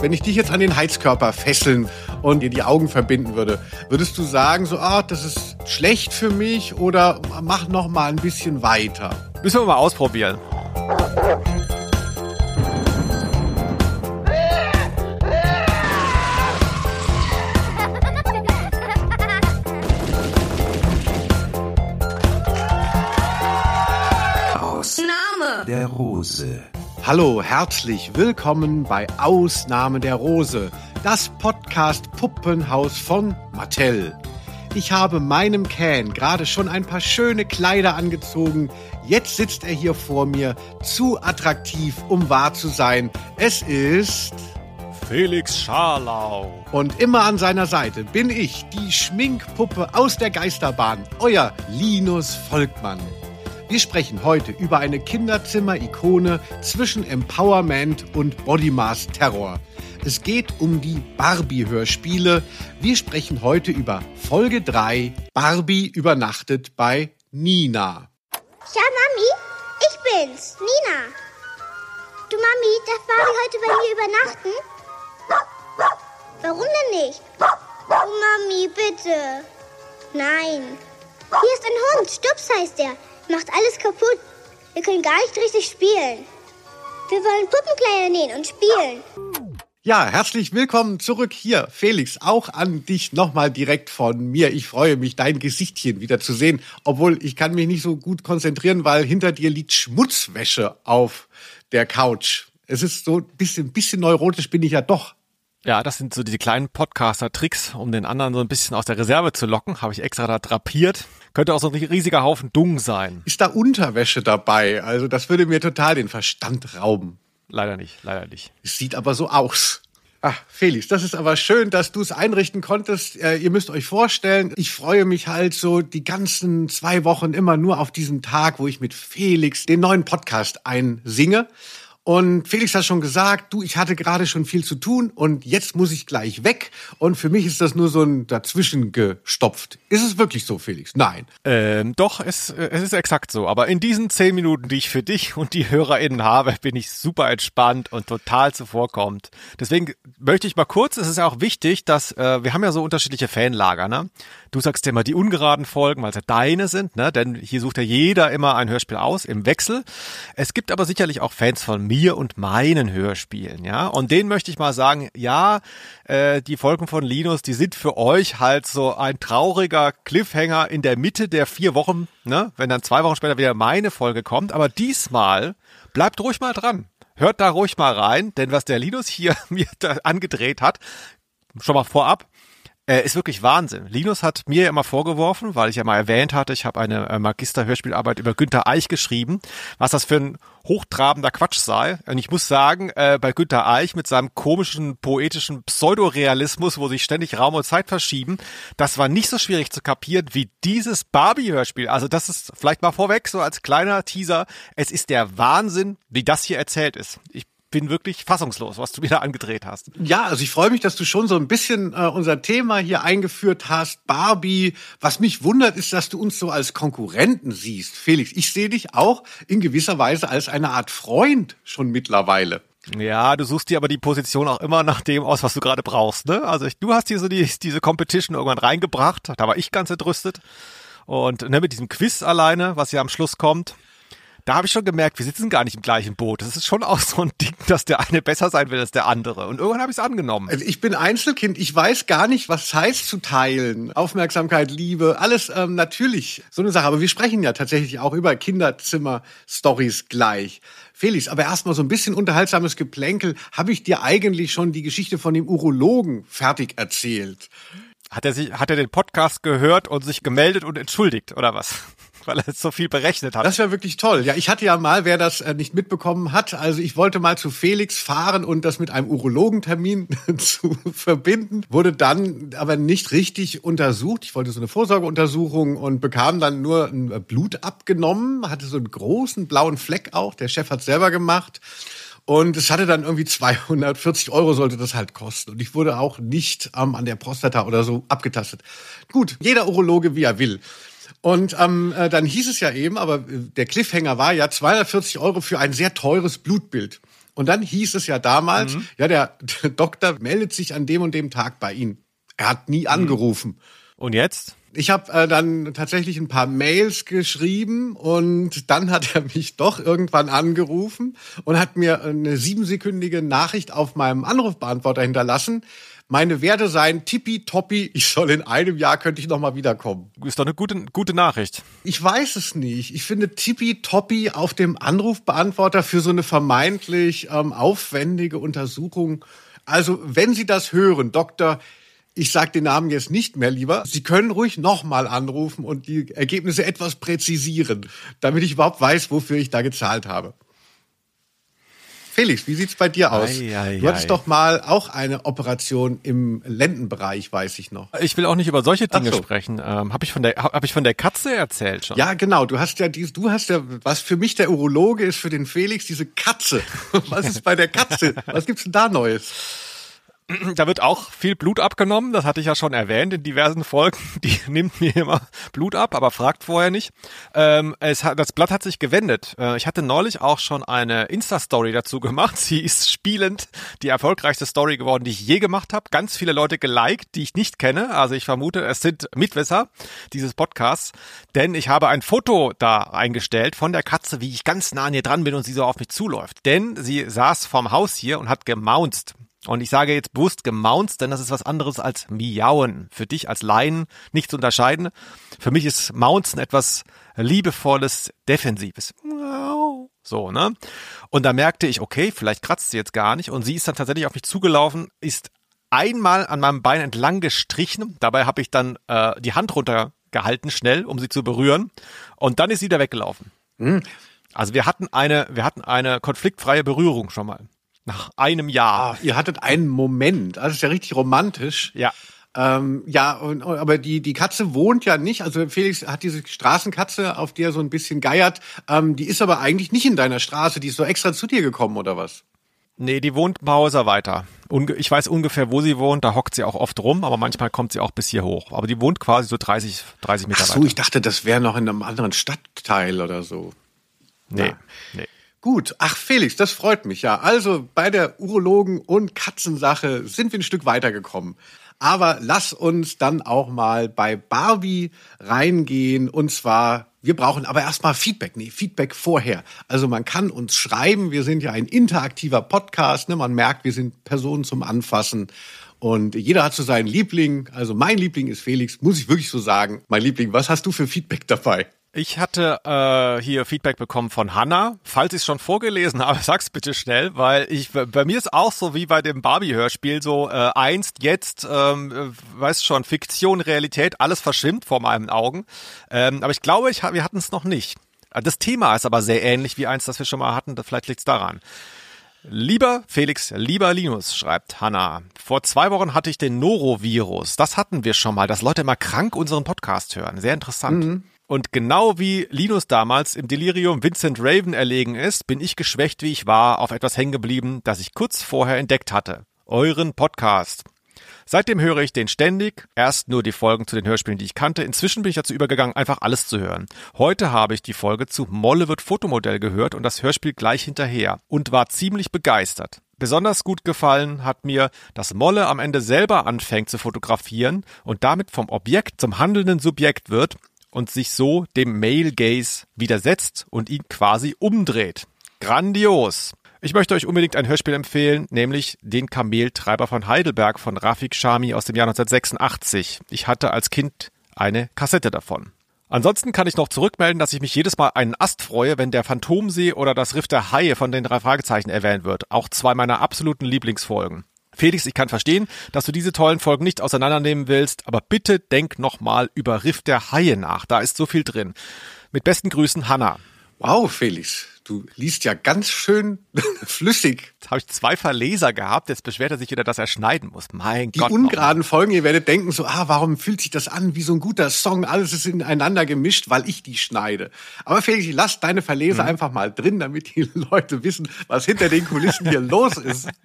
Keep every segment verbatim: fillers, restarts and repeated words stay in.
wenn ich dich jetzt an den Heizkörper fesseln und dir die Augen verbinden würde, würdest du sagen, so, ah, das ist schlecht für mich oder mach noch mal ein bisschen weiter? Müssen wir mal ausprobieren. Ausnahme der Rose. Hallo, herzlich willkommen bei Ausnahme der Rose, das Podcast Puppenhaus von Mattel. Ich habe meinem Ken gerade schon ein paar schöne Kleider angezogen. Jetzt sitzt er hier vor mir, zu attraktiv, um wahr zu sein. Es ist Felix Scharlau. Und immer an seiner Seite bin ich, die Schminkpuppe aus der Geisterbahn, euer Linus Volkmann. Wir sprechen heute über eine Kinderzimmer-Ikone zwischen Empowerment und Bodymass-Terror. Es geht um die Barbie-Hörspiele. Wir sprechen heute über Folge drei, Barbie übernachtet bei Nina. Ja, Mami, ich bin's, Nina. Du, Mami, darf Barbie heute bei mir übernachten? Warum denn nicht? Oh, Mami, bitte. Nein. Hier ist ein Hund, Stups heißt der. Macht alles kaputt. Wir können gar nicht richtig spielen. Wir wollen Puppenkleider nähen und spielen. Ja, herzlich willkommen zurück hier, Felix. Auch an dich nochmal direkt von mir. Ich freue mich, dein Gesichtchen wieder zu sehen. Obwohl, ich kann mich nicht so gut konzentrieren, weil hinter dir liegt Schmutzwäsche auf der Couch. Es ist so ein bisschen, bisschen neurotisch bin ich ja doch. Ja, das sind so die kleinen Podcaster-Tricks, um den anderen so ein bisschen aus der Reserve zu locken. Habe ich extra da drapiert. Könnte auch so ein riesiger Haufen Dung sein. Ist da Unterwäsche dabei? Also das würde mir total den Verstand rauben. Leider nicht, leider nicht. Es sieht aber so aus. Ach, Felix, das ist aber schön, dass du es einrichten konntest. Äh, ihr müsst euch vorstellen, ich freue mich halt so die ganzen zwei Wochen immer nur auf diesen Tag, wo ich mit Felix den neuen Podcast einsinge. Und Felix hat schon gesagt, du, ich hatte gerade schon viel zu tun und jetzt muss ich gleich weg. Und für mich ist das nur so ein dazwischen gestopft. Ist es wirklich so, Felix? Nein. Ähm, doch, es, es ist exakt so. Aber in diesen zehn Minuten, die ich für dich und die HörerInnen habe, bin ich super entspannt und total zuvorkommend. Deswegen möchte ich mal kurz, es ist ja auch wichtig, dass äh, wir haben ja so unterschiedliche Fanlager, ne? Du sagst ja immer die ungeraden Folgen, weil es ja deine sind, ne? Denn hier sucht ja jeder immer ein Hörspiel aus im Wechsel. Es gibt aber sicherlich auch Fans von mir und meinen Hörspielen, ja. Und denen möchte ich mal sagen, ja, äh, die Folgen von Linus, die sind für euch halt so ein trauriger Cliffhanger in der Mitte der vier Wochen, ne? Wenn dann zwei Wochen später wieder meine Folge kommt. Aber diesmal bleibt ruhig mal dran. Hört da ruhig mal rein, denn was der Linus hier mir da angedreht hat, schon mal vorab, Äh, ist wirklich Wahnsinn. Linus hat mir ja immer vorgeworfen, weil ich ja mal erwähnt hatte, ich habe eine äh, Magister-Hörspielarbeit über Günter Eich geschrieben, was das für ein hochtrabender Quatsch sei. Und ich muss sagen, äh, bei Günter Eich mit seinem komischen, poetischen Pseudorealismus, wo sich ständig Raum und Zeit verschieben, das war nicht so schwierig zu kapieren wie dieses Barbie-Hörspiel. Also das ist vielleicht mal vorweg so als kleiner Teaser. Es ist der Wahnsinn, wie das hier erzählt ist. Ich bin wirklich fassungslos, was du wieder angedreht hast. Ja, also ich freue mich, dass du schon so ein bisschen äh, unser Thema hier eingeführt hast. Barbie, was mich wundert, ist, dass du uns so als Konkurrenten siehst. Felix, ich sehe dich auch in gewisser Weise als eine Art Freund schon mittlerweile. Ja, du suchst dir aber die Position auch immer nach dem aus, was du gerade brauchst, ne? Also ich, du hast hier so die, diese Competition irgendwann reingebracht, da war ich ganz entrüstet. Und ne, mit diesem Quiz alleine, was ja am Schluss kommt, da habe ich schon gemerkt, wir sitzen gar nicht im gleichen Boot. Das ist schon auch so ein Ding, dass der eine besser sein will als der andere. Und irgendwann habe ich es angenommen. Also ich bin Einzelkind. Ich weiß gar nicht, was es heißt zu teilen. Aufmerksamkeit, Liebe, alles ähm, natürlich so eine Sache. Aber wir sprechen ja tatsächlich auch über Kinderzimmer-Stories gleich. Felix, aber erstmal so ein bisschen unterhaltsames Geplänkel. Habe ich dir eigentlich schon die Geschichte von dem Urologen fertig erzählt? Hat er sich, hat er den Podcast gehört und sich gemeldet und entschuldigt, oder was? Weil er so viel berechnet hat. Das wäre wirklich toll. Ja, ich hatte ja mal, wer das äh, nicht mitbekommen hat, also ich wollte mal zu Felix fahren und das mit einem Urologentermin zu verbinden, wurde dann aber nicht richtig untersucht. Ich wollte so eine Vorsorgeuntersuchung und bekam dann nur ein Blut abgenommen, hatte so einen großen blauen Fleck auch. Der Chef hat es selber gemacht. Und es hatte dann irgendwie zweihundertvierzig Euro sollte das halt kosten. Und ich wurde auch nicht ähm, an der Prostata oder so abgetastet. Gut, jeder Urologe, wie er will. Und ähm, äh, dann hieß es ja eben, aber der Cliffhanger war ja zweihundertvierzig Euro für ein sehr teures Blutbild. Und dann hieß es ja damals, mhm. ja, der, der Doktor meldet sich an dem und dem Tag bei Ihnen. Er hat nie angerufen. Und jetzt? Ich habe äh, dann tatsächlich ein paar Mails geschrieben und dann hat er mich doch irgendwann angerufen und hat mir eine siebensekündige Nachricht auf meinem Anrufbeantworter hinterlassen. Meine Werte seien tippitoppi, ich soll in einem Jahr, könnte ich nochmal wiederkommen. Ist doch eine gute, gute Nachricht. Ich weiß es nicht. Ich finde tippitoppi auf dem Anrufbeantworter für so eine vermeintlich ähm, aufwendige Untersuchung. Also wenn Sie das hören, Doktor, ich sage den Namen jetzt nicht mehr lieber. Sie können ruhig nochmal anrufen und die Ergebnisse etwas präzisieren, damit ich überhaupt weiß, wofür ich da gezahlt habe. Felix, wie sieht's bei dir aus? Ei, ei, du hattest ei. doch mal auch eine Operation im Lendenbereich, weiß ich noch. Ich will auch nicht über solche Dinge Ach so. sprechen. Ähm, habe ich von der habe ich von der Katze erzählt schon? Ja, genau. Du hast ja dies, du hast ja, was für mich der Urologe ist, für den Felix diese Katze. Was ist bei der Katze? Was gibt's denn da Neues? Da wird auch viel Blut abgenommen, das hatte ich ja schon erwähnt in diversen Folgen. Die nimmt mir immer Blut ab, aber fragt vorher nicht. Ähm, es hat, das Blatt hat sich gewendet. Äh, ich hatte neulich auch schon eine Insta-Story dazu gemacht. Sie ist spielend die erfolgreichste Story geworden, die ich je gemacht habe. Ganz viele Leute geliked, die ich nicht kenne. Also ich vermute, es sind Mitwisser dieses Podcasts. Denn ich habe ein Foto da eingestellt von der Katze, wie ich ganz nah an ihr dran bin und sie so auf mich zuläuft. Denn sie saß vorm Haus hier und hat gemaunzt. Und ich sage jetzt bewusst gemaunzt, denn das ist was anderes als miauen. Für dich als Laien nicht zu unterscheiden. Für mich ist Maunzen etwas liebevolles, defensives. So, ne? Und da merkte ich, okay, vielleicht kratzt sie jetzt gar nicht. Und sie ist dann tatsächlich auf mich zugelaufen, ist einmal an meinem Bein entlang gestrichen. Dabei habe ich dann äh, die Hand runtergehalten, schnell, um sie zu berühren. Und dann ist sie wieder weggelaufen. Hm. Also wir hatten eine, wir hatten eine konfliktfreie Berührung schon mal. Nach einem Jahr. Ah, ihr hattet einen Moment. Also das ist ja richtig romantisch. Ja. Ähm, ja, und, aber die, die Katze wohnt ja nicht. Also Felix hat diese Straßenkatze, auf die er so ein bisschen geiert. Ähm, die ist aber eigentlich nicht in deiner Straße. Die ist so extra zu dir gekommen, oder was? Nee, die wohnt ein paar Häuser weiter. Unge- ich weiß ungefähr, wo sie wohnt. Da hockt sie auch oft rum, aber manchmal kommt sie auch bis hier hoch. Aber die wohnt quasi so dreißig, dreißig Meter Ach so, weiter. ich dachte, das wäre noch in einem anderen Stadtteil oder so. Nee, Ja. nee. Gut, ach Felix, das freut mich ja. Also bei der Urologen- und Katzensache sind wir ein Stück weitergekommen. Aber lass uns dann auch mal bei Barbie reingehen. Und zwar, wir brauchen aber erstmal Feedback. Nee, Feedback vorher. Also man kann uns schreiben. Wir sind ja ein interaktiver Podcast. Ne? Man merkt, wir sind Personen zum Anfassen. Und jeder hat so seinen Liebling. Also mein Liebling ist Felix, muss ich wirklich so sagen. Mein Liebling, was hast du für Feedback dabei? Ich hatte äh, hier Feedback bekommen von Hannah. Falls ich es schon vorgelesen habe, sag's bitte schnell, weil ich bei mir ist auch so wie bei dem Barbie-Hörspiel so äh, einst, jetzt, ähm, weißt schon, Fiktion, Realität, alles verschwimmt vor meinen Augen. Ähm, aber ich glaube, ich, wir hatten es noch nicht. Das Thema ist aber sehr ähnlich wie eins, das wir schon mal hatten. Vielleicht liegt's daran. Lieber Felix, lieber Linus, schreibt Hannah, vor zwei Wochen hatte ich den Norovirus. Das hatten wir schon mal, dass Leute immer krank unseren Podcast hören. Sehr interessant. Mhm. Und genau wie Linus damals im Delirium Vincent Raven erlegen ist, bin ich geschwächt, wie ich war, auf etwas hängen geblieben, das ich kurz vorher entdeckt hatte. Euren Podcast. Seitdem höre ich den ständig, erst nur die Folgen zu den Hörspielen, die ich kannte. Inzwischen bin ich dazu übergegangen, einfach alles zu hören. Heute habe ich die Folge zu Molle wird Fotomodell gehört und das Hörspiel gleich hinterher und war ziemlich begeistert. Besonders gut gefallen hat mir, dass Molle am Ende selber anfängt zu fotografieren und damit vom Objekt zum handelnden Subjekt wird und sich so dem Male Gaze widersetzt und ihn quasi umdreht. Grandios! Ich möchte euch unbedingt ein Hörspiel empfehlen, nämlich Den Kameltreiber von Heidelberg von Rafik Shami aus dem Jahr neunzehnhundertsechsundachtzig. Ich hatte als Kind eine Kassette davon. Ansonsten kann ich noch zurückmelden, dass ich mich jedes Mal einen Ast freue, wenn der Phantomsee oder das Riff der Haie von den drei Fragezeichen erwähnt wird. Auch zwei meiner absoluten Lieblingsfolgen. Felix, ich kann verstehen, dass du diese tollen Folgen nicht auseinandernehmen willst, aber bitte denk nochmal über Riff der Haie nach. Da ist so viel drin. Mit besten Grüßen, Hannah. Wow, Felix, du liest ja ganz schön flüssig. Jetzt habe ich zwei Verleser gehabt, jetzt beschwert er sich wieder, dass er schneiden muss. Mein Die Gott. Die ungeraden Folgen, ihr werdet denken so, ah, warum fühlt sich das an wie so ein guter Song? Alles ist ineinander gemischt, weil ich die schneide. Aber Felix, ich lass deine Verleser hm. einfach mal drin, damit die Leute wissen, was hinter den Kulissen hier los ist.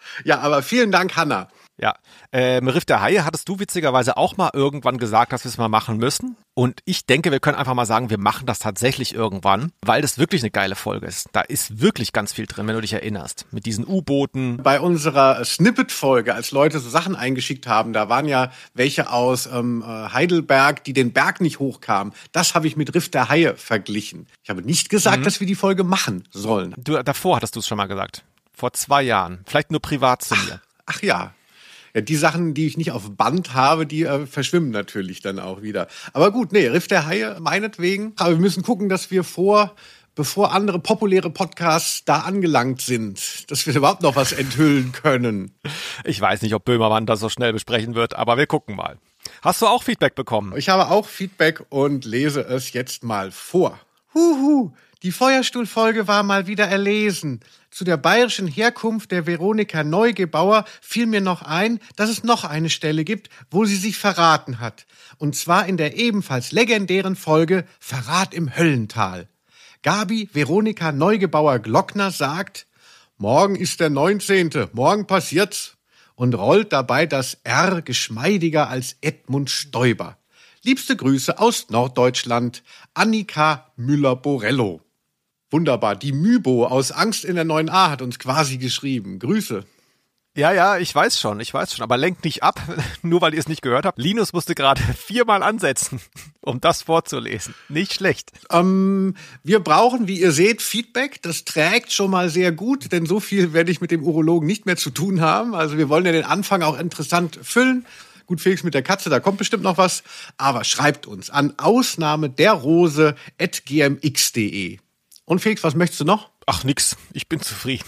Ja, aber vielen Dank, Hanna. Ja, ähm, Riff der Haie hattest du witzigerweise auch mal irgendwann gesagt, dass wir es mal machen müssen. Und ich denke, wir können einfach mal sagen, wir machen das tatsächlich irgendwann, weil das wirklich eine geile Folge ist. Da ist wirklich ganz viel drin, wenn du dich erinnerst. Mit diesen U-Booten. Bei unserer Snippet-Folge, als Leute so Sachen eingeschickt haben, da waren ja welche aus ähm, Heidelberg, die den Berg nicht hochkamen. Das habe ich mit Riff der Haie verglichen. Ich habe nicht gesagt, mhm. dass wir die Folge machen sollen. Du, davor hattest du es schon mal gesagt. Vor zwei Jahren. Vielleicht nur privat zu mir. Ach, ach ja. Ja, die Sachen, die ich nicht auf Band habe, die äh, verschwimmen natürlich dann auch wieder. Aber gut, nee, Riff der Haie meinetwegen. Aber wir müssen gucken, dass wir vor, bevor andere populäre Podcasts da angelangt sind, dass wir überhaupt noch was enthüllen können. Ich weiß nicht, ob Böhmermann das so schnell besprechen wird, aber wir gucken mal. Hast du auch Feedback bekommen? Ich habe auch Feedback und lese es jetzt mal vor. Huhu, die Feuerstuhlfolge war mal wieder erlesen. Zu der bayerischen Herkunft der Veronika Neugebauer fiel mir noch ein, dass es noch eine Stelle gibt, wo sie sich verraten hat. Und zwar in der ebenfalls legendären Folge Verrat im Höllental. Gabi Veronika Neugebauer-Glockner sagt, morgen ist der neunzehnte, morgen passiert's, und rollt dabei das R geschmeidiger als Edmund Stoiber. Liebste Grüße aus Norddeutschland, Annika Müller-Borello. Wunderbar, die Mübo aus Angst in der neun a hat uns quasi geschrieben. Grüße. Ja, ja, ich weiß schon, ich weiß schon, aber lenkt nicht ab, nur weil ihr es nicht gehört habt. Linus musste gerade viermal ansetzen, um das vorzulesen. Nicht schlecht. Ähm, wir brauchen, wie ihr seht, Feedback. Das trägt schon mal sehr gut, denn so viel werde ich mit dem Urologen nicht mehr zu tun haben. Also wir wollen ja den Anfang auch interessant füllen. Gut, Felix mit der Katze, da kommt bestimmt noch was. Aber schreibt uns an ausnahmederrose at g m x punkt de. Und Felix, was möchtest du noch? Ach, nix. Ich bin zufrieden.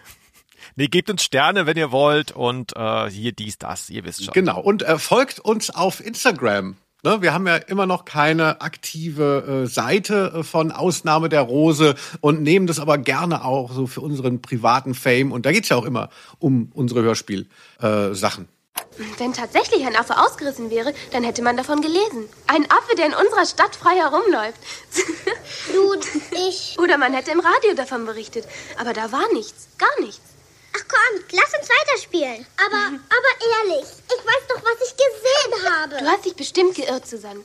Nee, gebt uns Sterne, wenn ihr wollt. Und äh, hier dies, das. Ihr wisst schon. Genau. Und äh, folgt uns auf Instagram. Ne, wir haben ja immer noch keine aktive äh, Seite äh, von Ausnahme der Rose und nehmen das aber gerne auch so für unseren privaten Fame. Und da geht's ja auch immer um unsere Hörspiel-Sachen. Wenn tatsächlich ein Affe ausgerissen wäre, dann hätte man davon gelesen. Ein Affe, der in unserer Stadt frei herumläuft. Blut, ich... Oder man hätte im Radio davon berichtet. Aber da war nichts, gar nichts. Ach komm, lass uns weiterspielen. Aber, mhm. aber ehrlich, ich weiß doch, was ich gesehen habe. Du hast dich bestimmt geirrt, Susanne.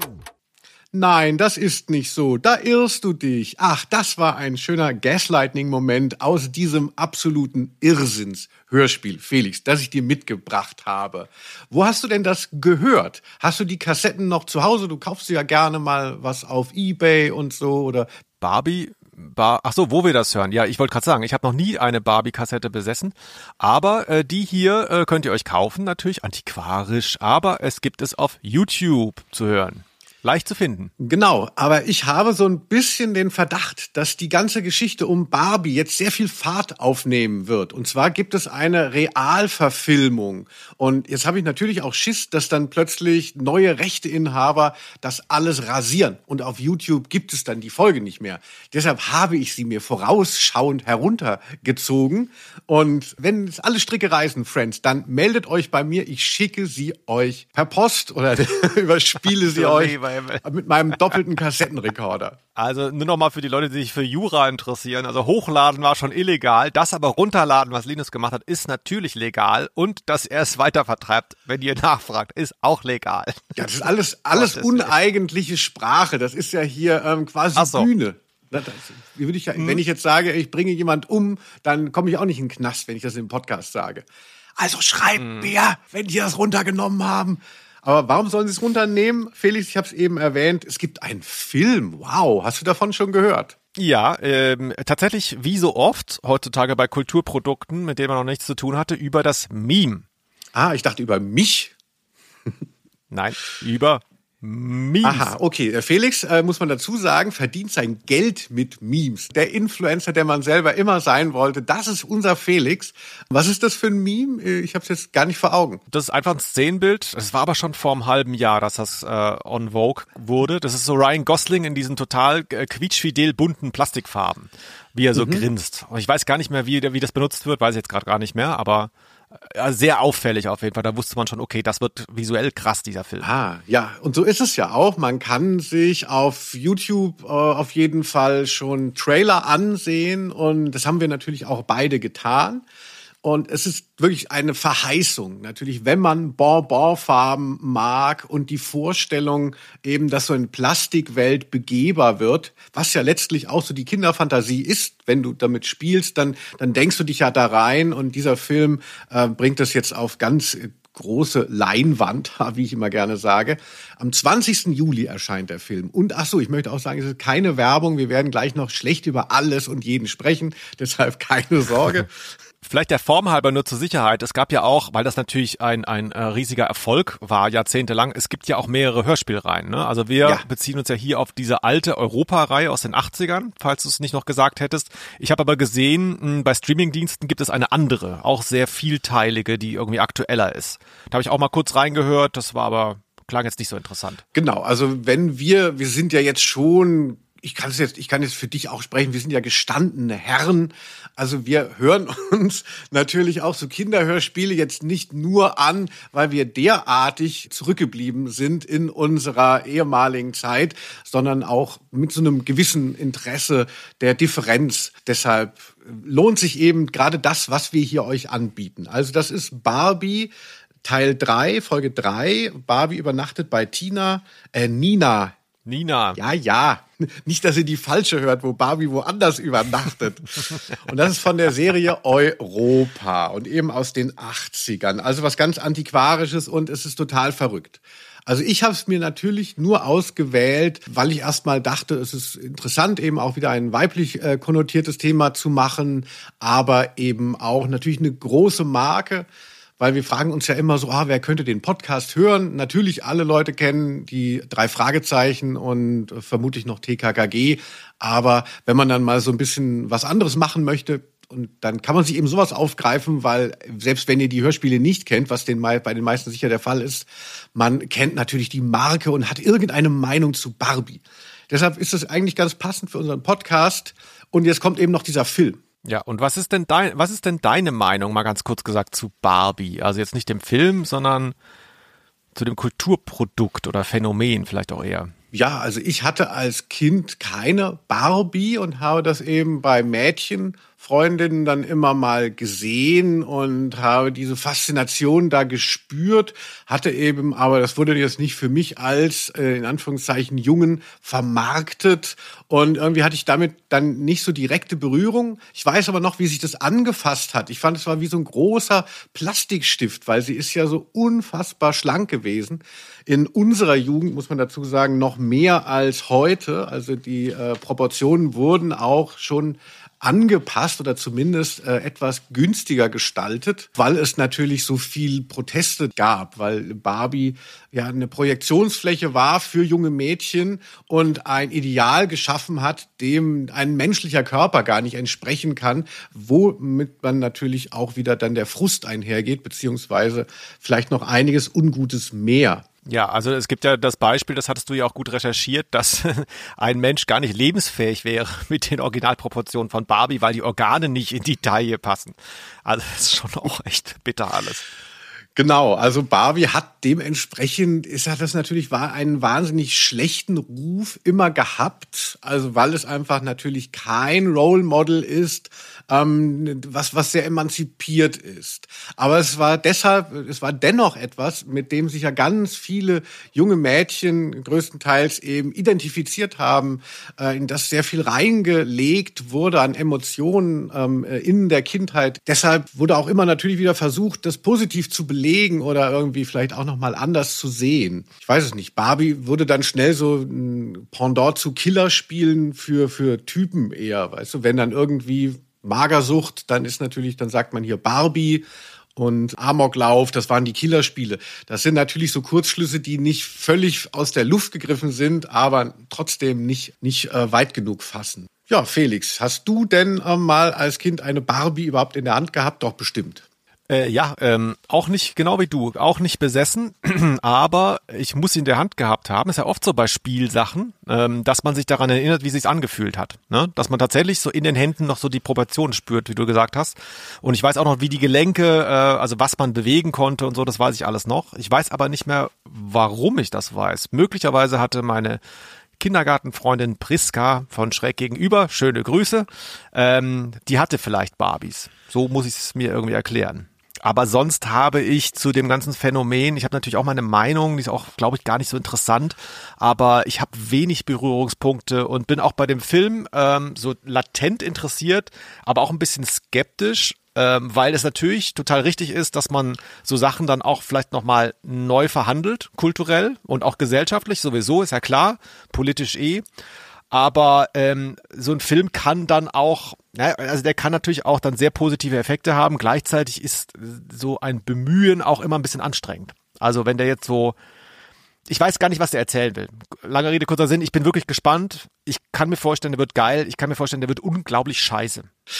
Nein, das ist nicht so. Da irrst du dich. Ach, das war ein schöner Gaslighting-Moment aus diesem absoluten Irrsinns-Hörspiel, Felix, das ich dir mitgebracht habe. Wo hast du denn das gehört? Hast du die Kassetten noch zu Hause? Du kaufst ja gerne mal was auf eBay und so, oder? Barbie? Bar- Ach so, wo wir das hören. Ja, ich wollte gerade sagen, ich habe noch nie eine Barbie-Kassette besessen, aber äh, die hier äh, könnt ihr euch kaufen, natürlich antiquarisch, aber es gibt es auf YouTube zu hören. Leicht zu finden. Genau, aber ich habe so ein bisschen den Verdacht, dass die ganze Geschichte um Barbie jetzt sehr viel Fahrt aufnehmen wird. Und zwar gibt es eine Realverfilmung. Und jetzt habe ich natürlich auch Schiss, dass dann plötzlich neue Rechteinhaber das alles rasieren. Und auf YouTube gibt es dann die Folge nicht mehr. Deshalb habe ich sie mir vorausschauend heruntergezogen. Und wenn jetzt alle Stricke reißen, Friends, dann meldet euch bei mir. Ich schicke sie euch per Post oder überspiele sie euch. Mit meinem doppelten Kassettenrekorder. Also nur noch mal für die Leute, die sich für Jura interessieren. Also hochladen war schon illegal. Das aber runterladen, was Linus gemacht hat, ist natürlich legal. Und dass er es weitervertreibt, wenn ihr nachfragt, ist auch legal. Ja, das ist alles, alles uneigentliche Sprache. Das ist ja hier ähm, quasi Ach so. Bühne. Das, wie würde ich ja, hm. Wenn ich jetzt sage, ich bringe jemand um, dann komme ich auch nicht in den Knast, wenn ich das im Podcast sage. Also schreibt hm. mir, wenn die das runtergenommen haben. Aber warum sollen sie es runternehmen? Felix, ich habe es eben erwähnt, es gibt einen Film. Wow, hast du davon schon gehört? Ja, ähm, tatsächlich wie so oft heutzutage bei Kulturprodukten, mit denen man noch nichts zu tun hatte, über das Meme. Ah, ich dachte über mich. Nein, über Memes. Aha, okay. Felix, äh, muss man dazu sagen, verdient sein Geld mit Memes. Der Influencer, der man selber immer sein wollte, das ist unser Felix. Was ist das für ein Meme? Ich habe es jetzt gar nicht vor Augen. Das ist einfach ein Szenenbild. Das war aber schon vor einem halben Jahr, dass das äh, on Vogue wurde. Das ist so Ryan Gosling in diesen total äh, quietschfidel bunten Plastikfarben, wie er so mhm. grinst. Und ich weiß gar nicht mehr, wie, wie das benutzt wird, weiß ich jetzt gerade gar nicht mehr, aber ja, sehr auffällig auf jeden Fall. Da wusste man schon, okay, das wird visuell krass, dieser Film. Ah, ja. Und so ist es ja auch. Man kann sich auf YouTube äh, auf jeden Fall schon Trailer ansehen. Und das haben wir natürlich auch beide getan. Und es ist wirklich eine Verheißung. Natürlich, wenn man Bonbonfarben mag und die Vorstellung eben, dass so eine Plastikwelt begehbar wird, was ja letztlich auch so die Kinderfantasie ist, wenn du damit spielst, dann, dann denkst du dich ja da rein. Und dieser Film äh, bringt das jetzt auf ganz große Leinwand, wie ich immer gerne sage. Am zwanzigsten Juli erscheint der Film. Und ach so, ich möchte auch sagen, es ist keine Werbung. Wir werden gleich noch schlecht über alles und jeden sprechen. Deshalb keine Sorge. Vielleicht der Form halber nur zur Sicherheit. Es gab ja auch, weil das natürlich ein ein äh, riesiger Erfolg war, jahrzehntelang, es gibt ja auch mehrere Hörspielreihen. Ne? Also wir ja. beziehen uns ja hier auf diese alte Europa-Reihe aus den achtzigern, falls du es nicht noch gesagt hättest. Ich habe aber gesehen, mh, bei Streamingdiensten gibt es eine andere, auch sehr vielteilige, die irgendwie aktueller ist. Da habe ich auch mal kurz reingehört, das war aber, klang jetzt nicht so interessant. Genau, also wenn wir, wir sind ja jetzt schon... Ich kann es jetzt, ich kann jetzt für dich auch sprechen. Wir sind ja gestandene Herren. Also wir hören uns natürlich auch so Kinderhörspiele jetzt nicht nur an, weil wir derartig zurückgeblieben sind in unserer ehemaligen Zeit, sondern auch mit so einem gewissen Interesse der Differenz. Deshalb lohnt sich eben gerade das, was wir hier euch anbieten. Also das ist Barbie Teil drei, Folge drei. Barbie übernachtet bei Tina, äh, Nina. Nina. Ja, ja. Nicht, dass ihr die falsche hört, wo Barbie woanders übernachtet. Und das ist von der Serie Europa und eben aus den achtzigern. Also was ganz Antiquarisches und es ist total verrückt. Also ich habe es mir natürlich nur ausgewählt, weil ich erst mal dachte, es ist interessant, eben auch wieder ein weiblich äh, konnotiertes Thema zu machen, aber eben auch natürlich eine große Marke. Weil wir fragen uns ja immer so, ah, wer könnte den Podcast hören? Natürlich alle Leute kennen die drei Fragezeichen und vermutlich noch T K K G. Aber wenn man dann mal so ein bisschen was anderes machen möchte, und dann kann man sich eben sowas aufgreifen, weil selbst wenn ihr die Hörspiele nicht kennt, was den, bei den meisten sicher der Fall ist, man kennt natürlich die Marke und hat irgendeine Meinung zu Barbie. Deshalb ist das eigentlich ganz passend für unseren Podcast. Und jetzt kommt eben noch dieser Film. Ja, und was ist denn dein, was ist denn deine Meinung, mal ganz kurz gesagt, zu Barbie? Also jetzt nicht dem Film, sondern zu dem Kulturprodukt oder Phänomen vielleicht auch eher. Ja, also ich hatte als Kind keine Barbie und habe das eben bei Mädchenfreundinnen dann immer mal gesehen und habe diese Faszination da gespürt, hatte eben, aber das wurde jetzt nicht für mich als, äh, in Anführungszeichen, Jungen vermarktet und irgendwie hatte ich damit dann nicht so direkte Berührung. Ich weiß aber noch, wie sich das angefasst hat. Ich fand, es war wie so ein großer Plastikstift, weil sie ist ja so unfassbar schlank gewesen. In unserer Jugend, muss man dazu sagen, noch mehr als heute. Also die äh, Proportionen wurden auch schon angepasst oder zumindest äh, etwas günstiger gestaltet, weil es natürlich so viel Proteste gab, weil Barbie ja eine Projektionsfläche war für junge Mädchen und ein Ideal geschaffen hat, dem ein menschlicher Körper gar nicht entsprechen kann, womit man natürlich auch wieder dann der Frust einhergeht, beziehungsweise vielleicht noch einiges Ungutes mehr. Ja, also es gibt ja das Beispiel, das hattest du ja auch gut recherchiert, dass ein Mensch gar nicht lebensfähig wäre mit den Originalproportionen von Barbie, weil die Organe nicht in die Taille passen. Also das ist schon auch echt bitter alles. Genau, also Barbie hat dementsprechend, ist hat das natürlich war einen wahnsinnig schlechten Ruf immer gehabt, also weil es einfach natürlich kein Role Model ist, ähm, was was sehr emanzipiert ist. Aber es war deshalb, es war dennoch etwas, mit dem sich ja ganz viele junge Mädchen größtenteils eben identifiziert haben, äh, in das sehr viel reingelegt wurde an Emotionen ähm, in der Kindheit. Deshalb wurde auch immer natürlich wieder versucht, das positiv zu belegen. Oder irgendwie vielleicht auch noch mal anders zu sehen. Ich weiß es nicht. Barbie wurde dann schnell so ein Pendant zu Killerspielen für für Typen eher, weißt du, wenn dann irgendwie Magersucht, dann ist natürlich, dann sagt man hier Barbie und Amoklauf, das waren die Killerspiele. Das sind natürlich so Kurzschlüsse, die nicht völlig aus der Luft gegriffen sind, aber trotzdem nicht nicht äh, weit genug fassen. Ja, Felix, hast du denn äh, mal als Kind eine Barbie überhaupt in der Hand gehabt? Doch, bestimmt. Äh, ja, ähm, auch nicht, genau wie du, auch nicht besessen, aber ich muss sie in der Hand gehabt haben. Ist ja oft so bei Spielsachen, ähm, dass man sich daran erinnert, wie es sich angefühlt hat. Ne? Dass man tatsächlich so in den Händen noch so die Proportionen spürt, wie du gesagt hast. Und ich weiß auch noch, wie die Gelenke, äh, also was man bewegen konnte und so, das weiß ich alles noch. Ich weiß aber nicht mehr, warum ich das weiß. Möglicherweise hatte meine Kindergartenfreundin Priska von schräg gegenüber, schöne Grüße, ähm, die hatte vielleicht Barbies. So muss ich es mir irgendwie erklären. Aber sonst habe ich zu dem ganzen Phänomen, ich habe natürlich auch meine Meinung, die ist auch, glaube ich, gar nicht so interessant, aber ich habe wenig Berührungspunkte und bin auch bei dem Film ähm, so latent interessiert, aber auch ein bisschen skeptisch, ähm, weil es natürlich total richtig ist, dass man so Sachen dann auch vielleicht nochmal neu verhandelt, kulturell und auch gesellschaftlich sowieso, ist ja klar, politisch eh. Aber ähm, so ein Film kann dann auch, na, also der kann natürlich auch dann sehr positive Effekte haben. Gleichzeitig ist so ein Bemühen auch immer ein bisschen anstrengend. Also wenn der jetzt so, ich weiß gar nicht, was der erzählen will. Lange Rede, kurzer Sinn, ich bin wirklich gespannt. Ich kann mir vorstellen, der wird geil. Ich kann mir vorstellen, der wird unglaublich scheiße.